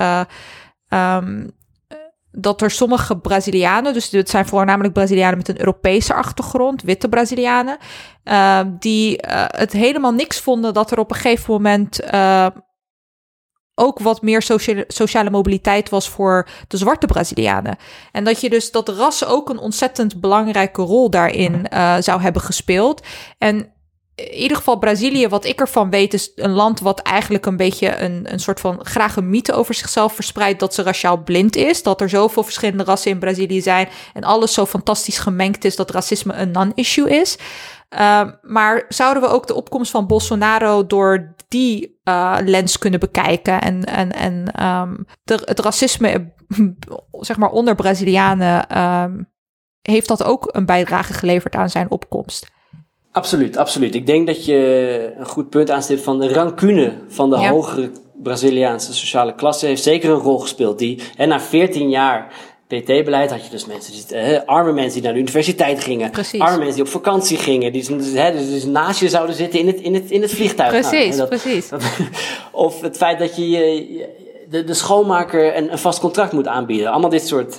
Speaker 2: dat er sommige Brazilianen, dus het zijn voornamelijk Brazilianen met een Europese achtergrond, witte Brazilianen, die het helemaal niks vonden dat er op een gegeven moment ook wat meer sociale mobiliteit was voor de zwarte Brazilianen. En dat je dus dat ras ook een ontzettend belangrijke rol daarin zou hebben gespeeld. En in ieder geval Brazilië, wat ik ervan weet, is een land wat eigenlijk een beetje een soort van graag een mythe over zichzelf verspreidt dat ze raciaal blind is. Dat er zoveel verschillende rassen in Brazilië zijn en alles zo fantastisch gemengd is dat racisme een non-issue is. Maar zouden we ook de opkomst van Bolsonaro door die lens kunnen bekijken? En het racisme, zeg maar, onder Brazilianen, heeft dat ook een bijdrage geleverd aan zijn opkomst?
Speaker 3: Absoluut. Ik denk dat je een goed punt aanstipt van de rancune van de hogere Braziliaanse sociale klasse heeft zeker een rol gespeeld. Na 14 jaar PT-beleid had je dus mensen, arme mensen die naar de universiteit gingen. Precies. Arme mensen die op vakantie gingen, die dus naast je zouden zitten in het vliegtuig.
Speaker 2: Precies.
Speaker 3: Of het feit dat je de schoonmaker een vast contract moet aanbieden. Allemaal dit soort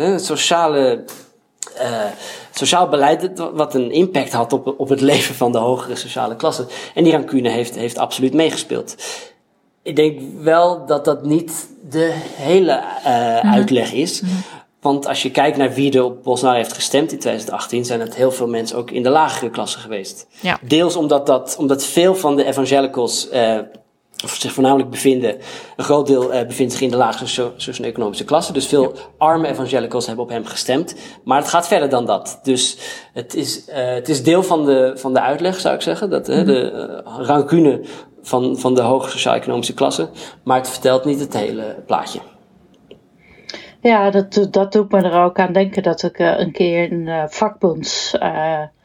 Speaker 3: sociaal beleid wat een impact had op het leven van de hogere sociale klasse. En die rancune heeft absoluut meegespeeld. Ik denk wel dat niet de hele uitleg is. Mm-hmm. Want als je kijkt naar wie er op Bolsonaro heeft gestemd in 2018... zijn het heel veel mensen ook in de lagere klasse geweest. Ja. Deels omdat veel van de evangelicals zich voornamelijk bevinden. Een groot deel bevindt zich in de lagere socio-economische klasse. Dus veel arme evangelicals hebben op hem gestemd. Maar het gaat verder dan dat. Dus het is deel van de uitleg, zou ik zeggen. Dat de rancune van de hoge sociaal-economische klasse. Maar het vertelt niet het hele plaatje.
Speaker 4: Ja, dat doet me er ook aan denken dat ik een keer een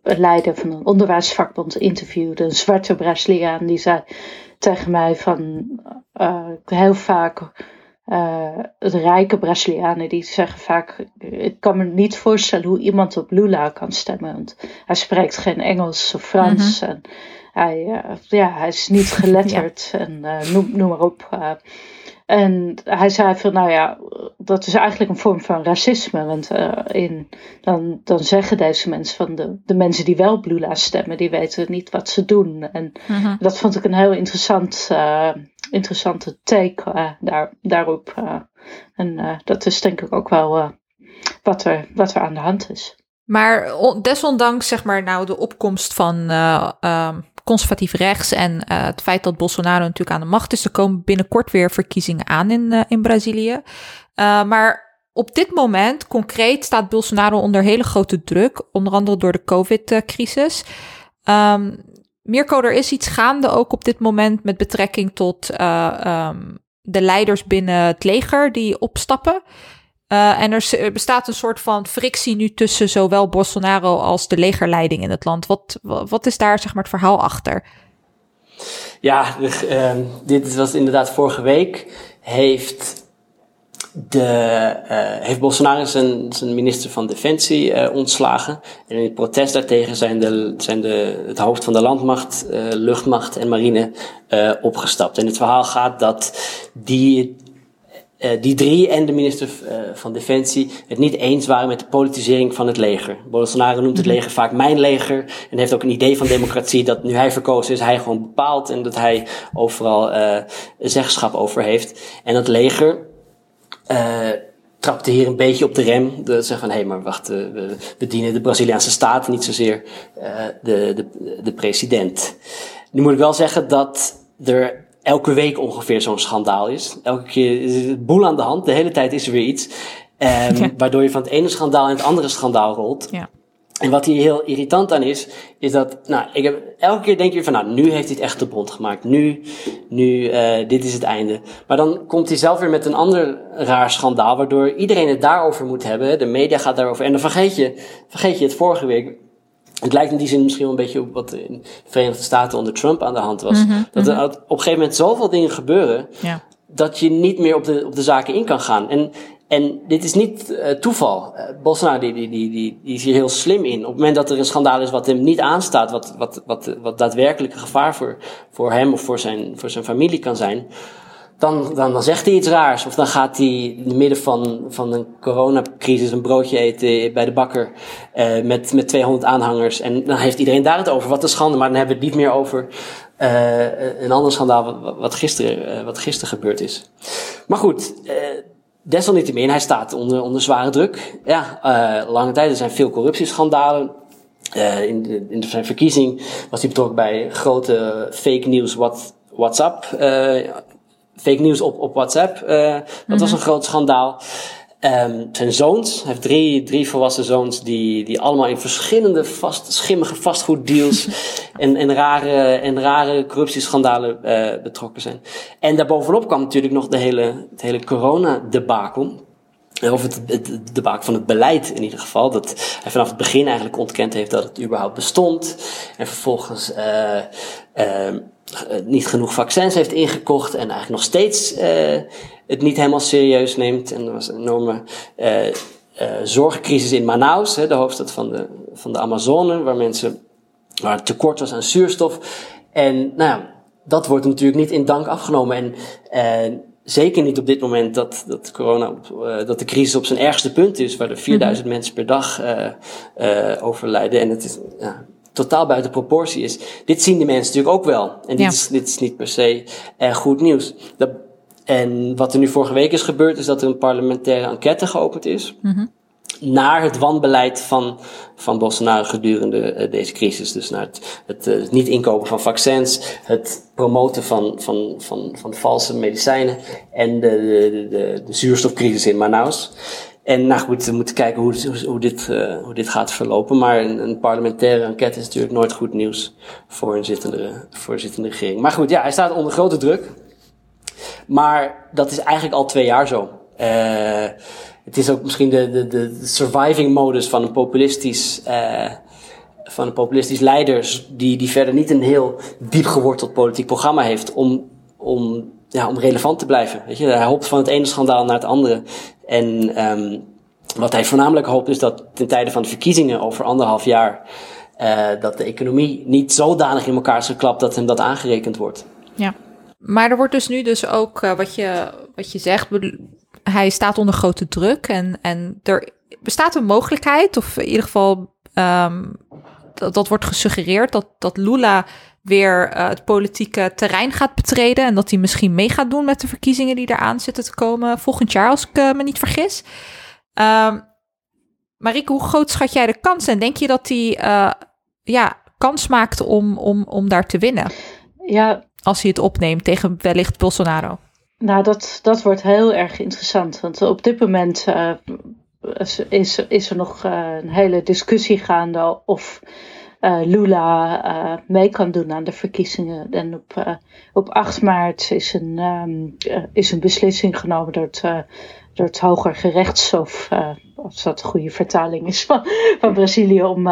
Speaker 4: een leider van een onderwijsvakbond interviewde, een zwarte Braziliaan, die zei tegen mij van heel vaak de rijke Brazilianen die zeggen vaak, ik kan me niet voorstellen hoe iemand op Lula kan stemmen, want hij spreekt geen Engels of Frans en hij is niet geletterd en noem maar op. En hij zei van, nou ja, dat is eigenlijk een vorm van racisme. Want dan zeggen deze mensen van de mensen die wel op Lula stemmen, die weten niet wat ze doen. En dat vond ik een heel interessante take daarop. En dat is denk ik ook wel wat er aan de hand is.
Speaker 2: Maar desondanks zeg maar nou de opkomst van conservatief rechts en het feit dat Bolsonaro natuurlijk aan de macht is, er komen binnenkort weer verkiezingen aan in Brazilië. Maar op dit moment, concreet, staat Bolsonaro onder hele grote druk, onder andere door de COVID-crisis. Mirko, er is iets gaande ook op dit moment met betrekking tot de leiders binnen het leger die opstappen. En er bestaat een soort van frictie nu tussen zowel Bolsonaro als de legerleiding in het land. Wat is daar zeg maar het verhaal achter?
Speaker 3: Ja, dit was inderdaad vorige week. Heeft Bolsonaro zijn minister van Defensie ontslagen. En in het protest daartegen zijn het hoofd van de landmacht, luchtmacht en marine opgestapt. En het verhaal gaat dat die drie en de minister van Defensie het niet eens waren met de politisering van het leger. Bolsonaro noemt het leger vaak mijn leger en heeft ook een idee van democratie dat nu hij verkozen is, hij gewoon bepaalt en dat hij overal zeggenschap over heeft. En dat leger trapte hier een beetje op de rem. Dat zeggen van, hé, maar wacht, we dienen de Braziliaanse staat, niet zozeer de president. Nu moet ik wel zeggen dat er elke week ongeveer zo'n schandaal is. Elke keer is het boel aan de hand. De hele tijd is er weer iets. Waardoor je van het ene schandaal in het andere schandaal rolt. Ja. En wat hier heel irritant aan is dat, elke keer denk je van, nu heeft hij het echt te bond gemaakt. Nu, dit is het einde. Maar dan komt hij zelf weer met een ander raar schandaal, waardoor iedereen het daarover moet hebben. De media gaat daarover. En dan vergeet je het vorige week. Het lijkt in die zin misschien wel een beetje op wat in de Verenigde Staten onder Trump aan de hand was. Dat er op een gegeven moment zoveel dingen gebeuren, dat je niet meer op de zaken in kan gaan. En dit is niet toeval. Bolsonaro die is hier heel slim in. Op het moment dat er een schandaal is wat hem niet aanstaat, wat daadwerkelijk een gevaar voor hem of voor zijn familie kan zijn, dan zegt hij iets raars. Of dan gaat hij in het midden van een coronacrisis een broodje eten bij de bakker met 200 aanhangers. En dan heeft iedereen daar het over. Wat een schande. Maar dan hebben we het niet meer over een ander schandaal wat gisteren gebeurd is. Maar goed, desalniettemin, hij staat onder zware druk. Ja, lange tijd. Er zijn veel corruptieschandalen. In zijn verkiezing was hij betrokken bij grote fake news WhatsApp. Fake nieuws op WhatsApp. Dat was een groot schandaal. Zijn zoons, hij heeft drie volwassen zoons die allemaal in verschillende schimmige vastgoeddeals en rare corruptieschandalen betrokken zijn. En daarbovenop kwam natuurlijk nog het hele corona-debakel. Of het debakel van het beleid in ieder geval. Dat hij vanaf het begin eigenlijk ontkend heeft dat het überhaupt bestond. En vervolgens niet genoeg vaccins heeft ingekocht. En eigenlijk nog steeds het niet helemaal serieus neemt. En er was een enorme zorgcrisis in Manaus, de hoofdstad van de Amazone. Waar het tekort was aan zuurstof. En dat wordt natuurlijk niet in dank afgenomen. En zeker niet op dit moment dat de crisis op zijn ergste punt is, waar er 4000 mensen per dag overlijden. En het is totaal buiten proportie is. Dit zien de mensen natuurlijk ook wel. En dit is niet per se goed nieuws. En wat er nu vorige week is gebeurd, is dat er een parlementaire enquête geopend is naar het wanbeleid van Bolsonaro gedurende deze crisis. Dus naar het niet inkopen van vaccins, het promoten van valse medicijnen en de zuurstofcrisis in Manaus. En we moeten kijken hoe dit gaat verlopen. Maar een parlementaire enquête is natuurlijk nooit goed nieuws voor een zittende regering. Maar goed, hij staat onder grote druk. Maar dat is eigenlijk al 2 jaar zo. Het is ook misschien de surviving modus van een een populistisch leider die verder niet een heel diep geworteld politiek programma heeft om relevant te blijven. Weet je? Hij hopt van het ene schandaal naar het andere. En wat hij voornamelijk hoopt is dat ten tijde van de verkiezingen over 1,5 jaar dat de economie niet zodanig in elkaar is geklapt dat hem dat aangerekend wordt.
Speaker 2: Ja, maar er wordt dus nu dus ook wat je zegt, hij staat onder grote druk en er bestaat een mogelijkheid, of in ieder geval dat wordt gesuggereerd dat Lula weer het politieke terrein gaat betreden en dat hij misschien mee gaat doen met de verkiezingen die eraan zitten te komen volgend jaar, als ik me niet vergis. Marieke, hoe groot schat jij de kans en denk je dat hij kans maakt om daar te winnen? Ja. Als hij het opneemt tegen wellicht Bolsonaro.
Speaker 4: Nou, dat wordt heel erg interessant. Want op dit moment is er nog een hele discussie gaande of Lula mee kan doen aan de verkiezingen. En op 8 maart is een beslissing genomen door het Hoger Gerechtshof, als dat een goede vertaling is van Brazilië, om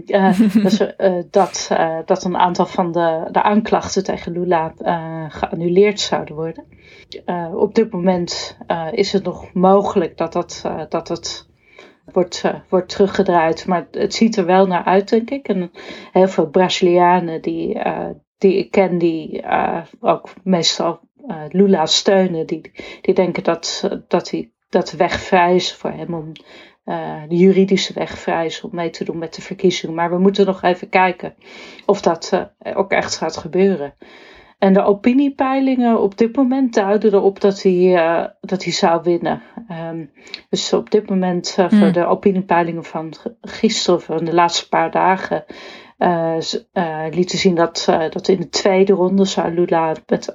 Speaker 4: dat een aantal van de aanklachten tegen Lula geannuleerd zouden worden. Op dit moment is het nog mogelijk dat het wordt teruggedraaid, maar het ziet er wel naar uit, denk ik. En heel veel Brazilianen die ik ken, die ook meestal Lula steunen, die denken dat de weg vrij is voor hem om de juridische weg vrij is om mee te doen met de verkiezingen. Maar we moeten nog even kijken of dat ook echt gaat gebeuren. En de opiniepeilingen op dit moment duiden erop dat hij zou winnen. Dus op dit moment voor de opiniepeilingen van gisteren, van de laatste paar dagen, lieten zien dat in de tweede ronde zou Lula met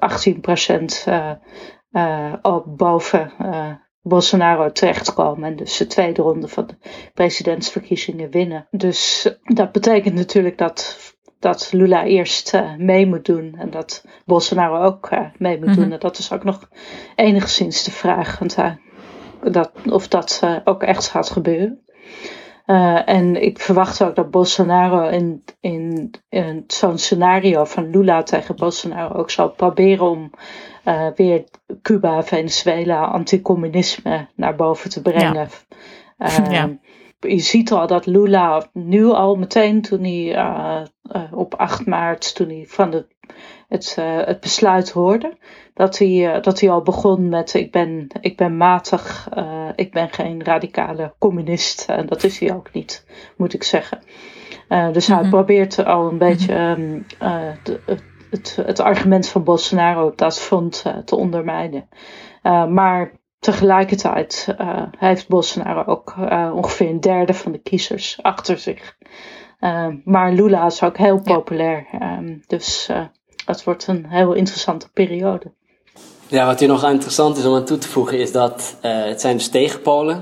Speaker 4: 18% boven Bolsonaro terechtkomen en dus de tweede ronde van de presidentsverkiezingen winnen. Dus dat betekent natuurlijk dat Lula eerst mee moet doen en dat Bolsonaro ook mee moet doen. En dat is ook nog enigszins de vraag, of dat ook echt gaat gebeuren. En ik verwacht ook dat Bolsonaro in zo'n scenario van Lula tegen Bolsonaro ook zal proberen om weer Cuba, Venezuela, anticommunisme naar boven te brengen. Ja. Je ziet al dat Lula nu al meteen toen hij op 8 maart, toen hij van het besluit hoorde, dat hij al begon met ik ben matig, ik ben geen radicale communist. En dat is hij ook niet, moet ik zeggen. Dus hij probeert al een beetje het argument van Bolsonaro op dat front te ondermijnen. Maar tegelijkertijd heeft Bolsonaro ook ongeveer een derde van de kiezers achter zich. Maar Lula is ook heel populair. Dus het wordt een heel interessante periode.
Speaker 3: Ja, wat hier nog interessant is om aan toe te voegen is dat het zijn dus tegenpolen.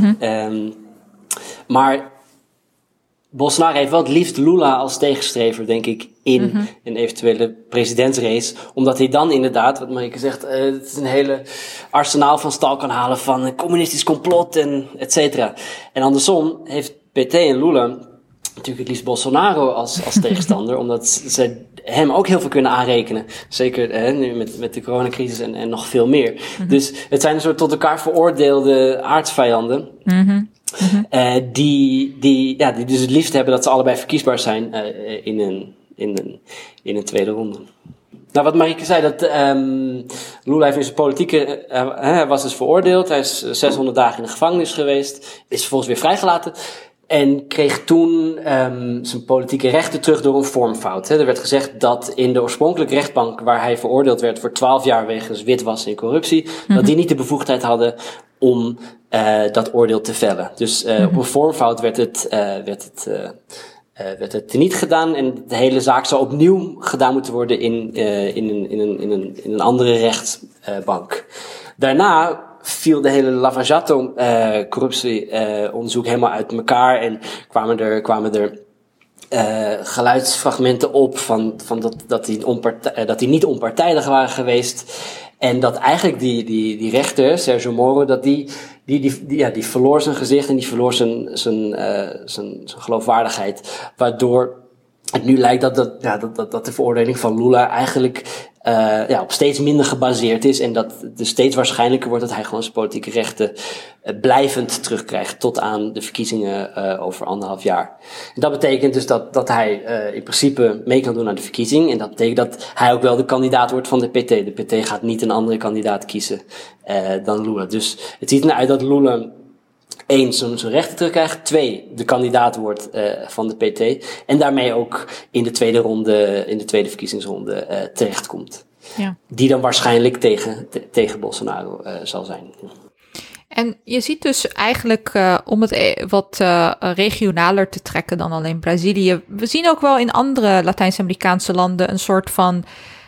Speaker 3: Maar Bolsonaro heeft wel het liefst Lula als tegenstrever, denk ik, in een eventuele presidentsrace. Omdat hij dan inderdaad, wat Marieke zegt, het is een hele arsenaal van stal kan halen van een communistisch complot en et cetera. En andersom heeft PT en Lula natuurlijk het liefst Bolsonaro als tegenstander, omdat ze hem ook heel veel kunnen aanrekenen. Zeker nu met de coronacrisis en nog veel meer. Dus het zijn een soort tot elkaar veroordeelde aardsvijanden. Die dus het liefst hebben dat ze allebei verkiesbaar zijn in een tweede ronde. Nou, wat Marieke zei, dat Lula heeft in zijn politieke, hij was dus veroordeeld. Hij is 600 dagen in de gevangenis geweest. Is vervolgens weer vrijgelaten. En kreeg toen zijn politieke rechten terug door een vormfout. Er werd gezegd dat in de oorspronkelijke rechtbank, waar hij veroordeeld werd voor 12 jaar wegens witwassen en corruptie, dat die niet de bevoegdheid hadden om dat oordeel te vellen. Dus op een vormfout werd het teniet gedaan en de hele zaak zou opnieuw gedaan moeten worden in een andere rechtbank. Daarna viel de hele Lava Jato corruptieonderzoek helemaal uit elkaar en kwamen er geluidsfragmenten op van dat die niet onpartijdig waren geweest. En dat eigenlijk die rechter, Sergio Moro, dat die die verloor zijn gezicht en die verloor zijn geloofwaardigheid. Waardoor het nu lijkt dat de veroordeling van Lula eigenlijk op steeds minder gebaseerd is. En dat het steeds waarschijnlijker wordt dat hij gewoon zijn politieke rechten blijvend terugkrijgt tot aan de verkiezingen over 1,5 jaar. En dat betekent dus dat hij in principe mee kan doen aan de verkiezing. En dat betekent dat hij ook wel de kandidaat wordt van de PT. De PT gaat niet een andere kandidaat kiezen dan Lula. Dus het ziet eruit dat Lula 1, zijn rechten terugkrijgt. 2, de kandidaat wordt van de PT. En daarmee ook in de tweede verkiezingsronde terechtkomt. Ja. Die dan waarschijnlijk tegen Bolsonaro zal zijn.
Speaker 2: En je ziet dus eigenlijk, om het wat regionaler te trekken dan alleen Brazilië. We zien ook wel in andere Latijns-Amerikaanse landen een soort van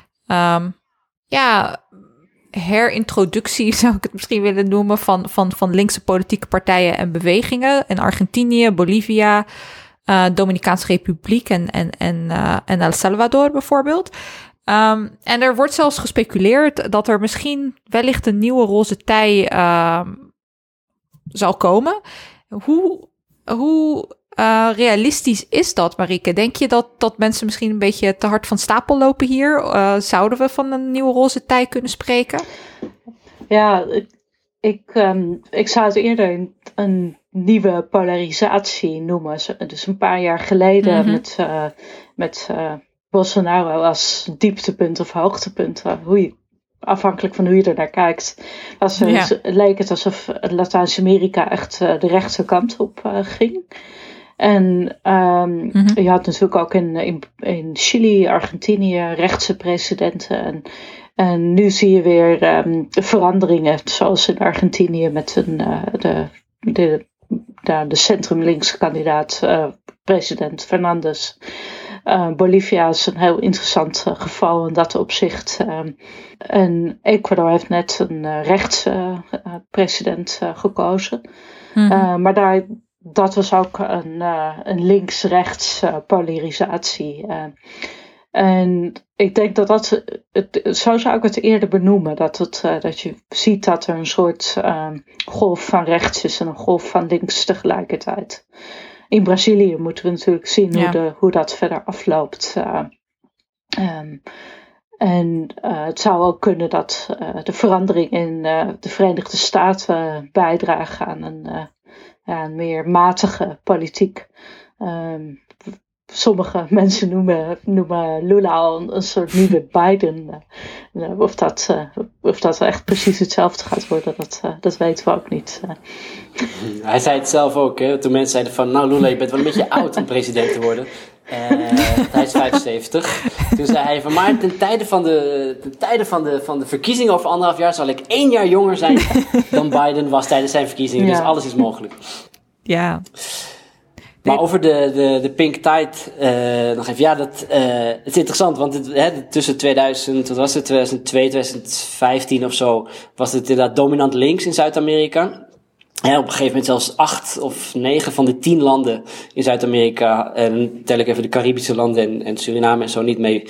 Speaker 2: herintroductie, zou ik het misschien willen noemen, van linkse politieke partijen en bewegingen. In Argentinië, Bolivia, Dominicaanse Republiek en El Salvador bijvoorbeeld. En er wordt zelfs gespeculeerd dat er misschien wellicht een nieuwe roze tij zal komen. Hoe realistisch is dat, Marieke? Denk je dat mensen misschien een beetje te hard van stapel lopen hier? Zouden we van een nieuwe roze tij kunnen spreken?
Speaker 4: Ja, ik zou het eerder een nieuwe polarisatie noemen. Dus een paar jaar geleden met Bolsonaro als dieptepunt of hoogtepunt. Afhankelijk van hoe je er naar kijkt. Leek het alsof Latijns-Amerika echt de rechte kant op ging. En je had natuurlijk ook in Chili, Argentinië rechtse presidenten. En nu zie je weer veranderingen, zoals in Argentinië met de centrum-links kandidaat president Fernandez. Bolivia is een heel interessant geval in dat opzicht. En Ecuador heeft net een rechtspresident gekozen. Maar dat was ook een links-rechts polarisatie. En ik denk zo zou ik het eerder benoemen. Dat je ziet dat er een soort golf van rechts is en een golf van links tegelijkertijd. In Brazilië moeten we natuurlijk zien hoe dat verder afloopt. Het zou ook kunnen dat de verandering in de Verenigde Staten bijdragen aan een meer matige politiek. Sommige mensen noemen Lula al een soort nieuwe Biden. Of dat echt precies hetzelfde gaat worden, dat weten we ook niet.
Speaker 3: Hij zei het zelf ook, hè, toen mensen zeiden van, nou Lula, je bent wel een beetje oud om president te worden. Hij is 75. Toen zei hij van, maar ten tijde van de verkiezingen over 1,5 jaar zal ik 1 jaar jonger zijn dan Biden was tijdens zijn verkiezingen. Dus alles is mogelijk.
Speaker 2: Ja.
Speaker 3: Maar over de Pink Tide nog even. Ja, het is interessant, want tussen 2002, 2015 of zo, was het inderdaad dominant links in Zuid-Amerika. Ja, op een gegeven moment zelfs 8 of 9 van de 10 landen in Zuid-Amerika, en tel ik even de Caribische landen en Suriname en zo niet mee,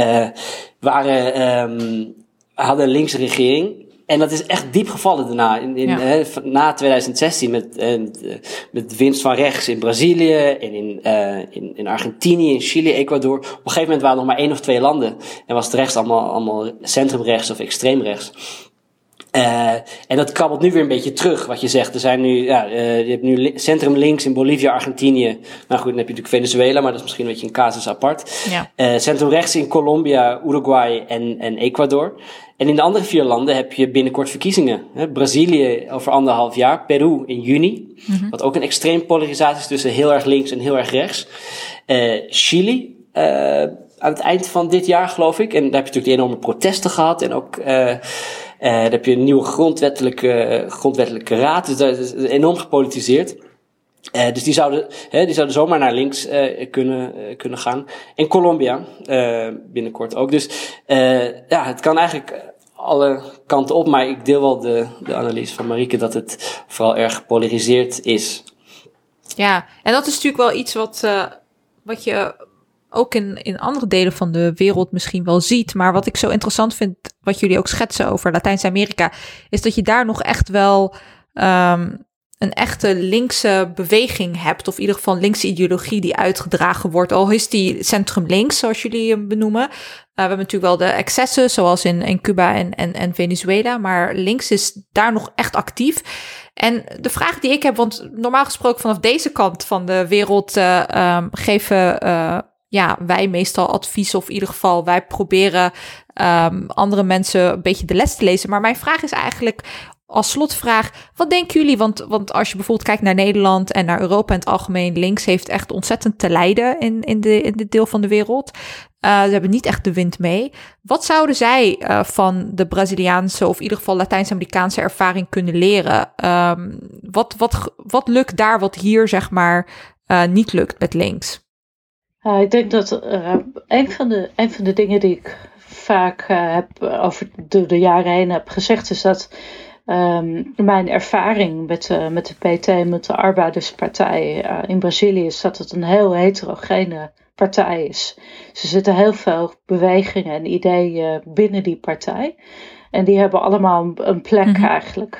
Speaker 3: hadden een linkse regering. En dat is echt diep gevallen daarna. Na 2016 met winst van rechts in Brazilië en in Argentinië, in Chili, Ecuador. Op een gegeven moment waren er nog maar 1 of 2 landen. En was het rechts allemaal centrumrechts of extreemrechts. En dat krabbelt nu weer een beetje terug, wat je zegt. Er zijn nu, je hebt nu centrum links in Bolivia, Argentinië. Nou goed, dan heb je natuurlijk Venezuela, maar dat is misschien een beetje een casus apart. Ja. Centrum rechts in Colombia, Uruguay en Ecuador. En in de andere 4 landen heb je binnenkort verkiezingen. Brazilië over 1,5 jaar, Peru in juni. Mm-hmm. Wat ook een extreem polarisatie is tussen heel erg links en heel erg rechts. Chili, aan het eind van dit jaar geloof ik. En daar heb je natuurlijk die enorme protesten gehad. En ook daar heb je een nieuwe grondwettelijke raad. Dus dat is enorm gepolitiseerd. Dus die zouden zomaar naar links kunnen gaan. En Colombia binnenkort ook. Dus het kan eigenlijk alle kanten op. Maar ik deel wel de analyse van Marieke dat het vooral erg gepolariseerd is.
Speaker 2: Ja, en dat is natuurlijk wel iets wat je ook in andere delen van de wereld misschien wel ziet. Maar wat ik zo interessant vind, wat jullie ook schetsen over Latijns-Amerika, is dat je daar nog echt wel een echte linkse beweging hebt, of in ieder geval linkse ideologie die uitgedragen wordt, al is die centrum links, zoals jullie hem benoemen. We hebben natuurlijk wel de excessen, zoals in Cuba en Venezuela, maar links is daar nog echt actief. En de vraag die ik heb, want normaal gesproken vanaf deze kant van de wereld geven wij meestal advies, of in ieder geval wij proberen andere mensen een beetje de les te lezen. Maar mijn vraag is eigenlijk als slotvraag, wat denken jullie? Want als je bijvoorbeeld kijkt naar Nederland en naar Europa in het algemeen, links heeft echt ontzettend te lijden in dit deel van de wereld. Ze hebben niet echt de wind mee. Wat zouden zij van de Braziliaanse of in ieder geval Latijns-Amerikaanse ervaring kunnen leren? Wat lukt daar wat hier zeg maar niet lukt met links?
Speaker 4: Ik denk dat een van de dingen die ik vaak heb over de jaren heen heb gezegd, is dat mijn ervaring met de PT, met de Arbeiderspartij in Brazilië, is dat het een heel heterogene partij is. Er zitten heel veel bewegingen en ideeën binnen die partij. En die hebben allemaal een plek eigenlijk.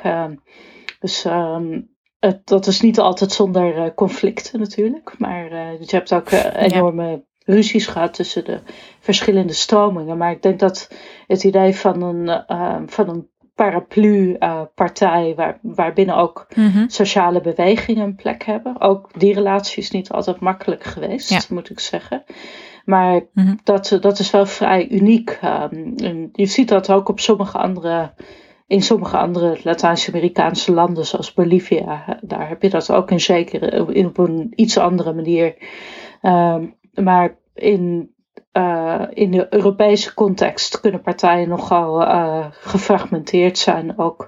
Speaker 4: Dat is niet altijd zonder conflicten natuurlijk. Maar je hebt ook enorme ruzies gehad tussen de verschillende stromingen. Maar ik denk dat het idee van een paraplu-partij, waarbinnen ook sociale bewegingen een plek hebben. Ook die relatie is niet altijd makkelijk geweest, moet ik zeggen. Maar dat is wel vrij uniek. Je ziet dat ook in sommige andere Latijns-Amerikaanse landen, zoals Bolivia. Daar heb je dat ook op een iets andere manier. Maar in de Europese context kunnen partijen nogal gefragmenteerd zijn, ook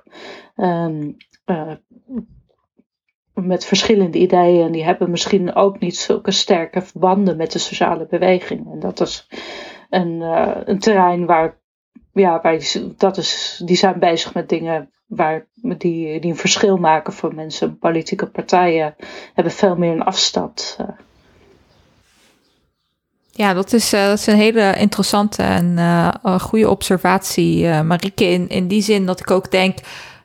Speaker 4: met verschillende ideeën. En die hebben misschien ook niet zulke sterke verbanden met de sociale beweging. En dat is een terrein die zijn bezig met dingen die een verschil maken voor mensen. Politieke partijen hebben veel meer een afstand.
Speaker 2: Ja, dat is een hele interessante en goede observatie, Marieke. In die zin dat ik ook denk,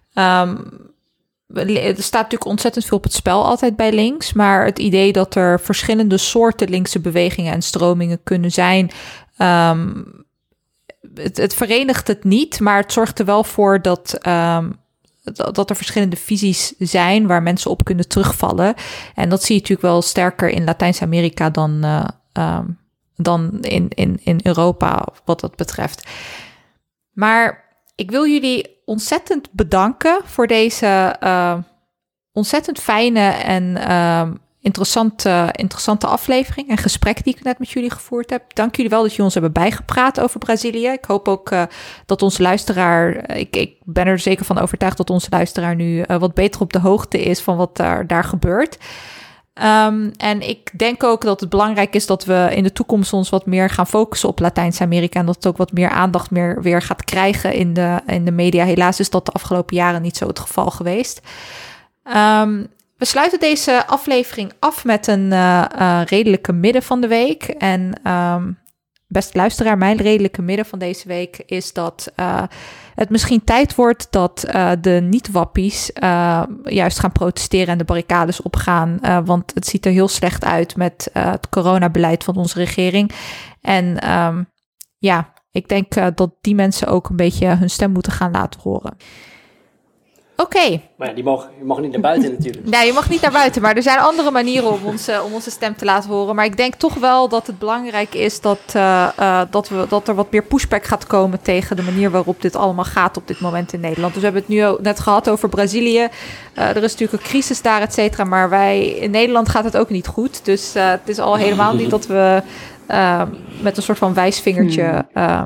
Speaker 2: er staat natuurlijk ontzettend veel op het spel altijd bij links. Maar het idee dat er verschillende soorten linkse bewegingen en stromingen kunnen zijn, het verenigt het niet, maar het zorgt er wel voor dat er verschillende visies zijn waar mensen op kunnen terugvallen. En dat zie je natuurlijk wel sterker in Latijns-Amerika dan in Europa wat dat betreft. Maar ik wil jullie ontzettend bedanken voor deze ontzettend fijne en interessante aflevering en gesprek die ik net met jullie gevoerd heb. Dank jullie wel dat jullie ons hebben bijgepraat over Brazilië. Ik hoop ook dat onze luisteraar, ik ben er zeker van overtuigd dat onze luisteraar nu wat beter op de hoogte is van wat daar gebeurt. En ik denk ook dat het belangrijk is dat we in de toekomst ons wat meer gaan focussen op Latijns-Amerika en dat het ook wat meer aandacht weer gaat krijgen in de media. Helaas is dat de afgelopen jaren niet zo het geval geweest. We sluiten deze aflevering af met een redelijke midden van de week. En beste luisteraar, mijn redelijke midden van deze week is dat het misschien tijd wordt dat de niet-wappies juist gaan protesteren en de barricades opgaan. Want het ziet er heel slecht uit met het coronabeleid van onze regering. En ik denk dat die mensen ook een beetje hun stem moeten gaan laten horen. Oké.
Speaker 3: Maar ja, je mag niet naar buiten natuurlijk.
Speaker 2: Nee, je mag niet naar buiten, maar er zijn andere manieren om onze stem te laten horen. Maar ik denk toch wel dat het belangrijk is dat er wat meer pushback gaat komen tegen de manier waarop dit allemaal gaat op dit moment in Nederland. Dus we hebben het nu net gehad over Brazilië. Er is natuurlijk een crisis daar, et cetera. Maar in Nederland gaat het ook niet goed. Dus het is al helemaal niet dat we met een soort van wijsvingertje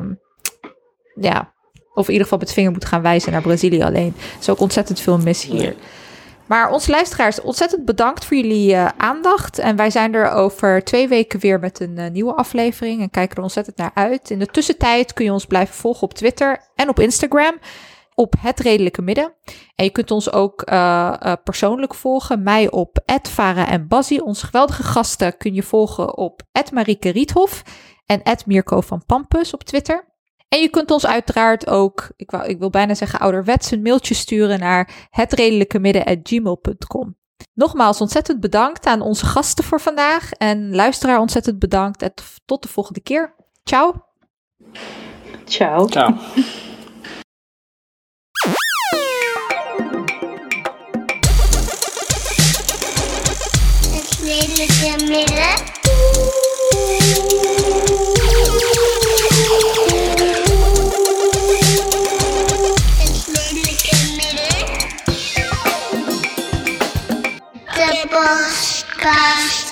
Speaker 2: of in ieder geval met vinger moet gaan wijzen naar Brazilië alleen. Er is ook ontzettend veel mis hier. Nee. Maar onze luisteraars, ontzettend bedankt voor jullie aandacht. En wij zijn er over 2 weken weer met een nieuwe aflevering. En kijken er ontzettend naar uit. In de tussentijd kun je ons blijven volgen op Twitter en op Instagram. Op Het Redelijke Midden. En je kunt ons ook persoonlijk volgen. Mij op @Vara en Bassie. Onze geweldige gasten kun je volgen op @Marieke Riethof. En @Mirko van Pampus op Twitter. En je kunt ons uiteraard ook, ik wil bijna zeggen ouderwets, een mailtje sturen naar hetredelijkemidden@gmail.com. Nogmaals ontzettend bedankt aan onze gasten voor vandaag. En luisteraar ontzettend bedankt. En tot de volgende keer. Ciao.
Speaker 4: Ciao.
Speaker 3: Ciao.
Speaker 1: Het redelijke midden. Het redelijke midden. De podcast.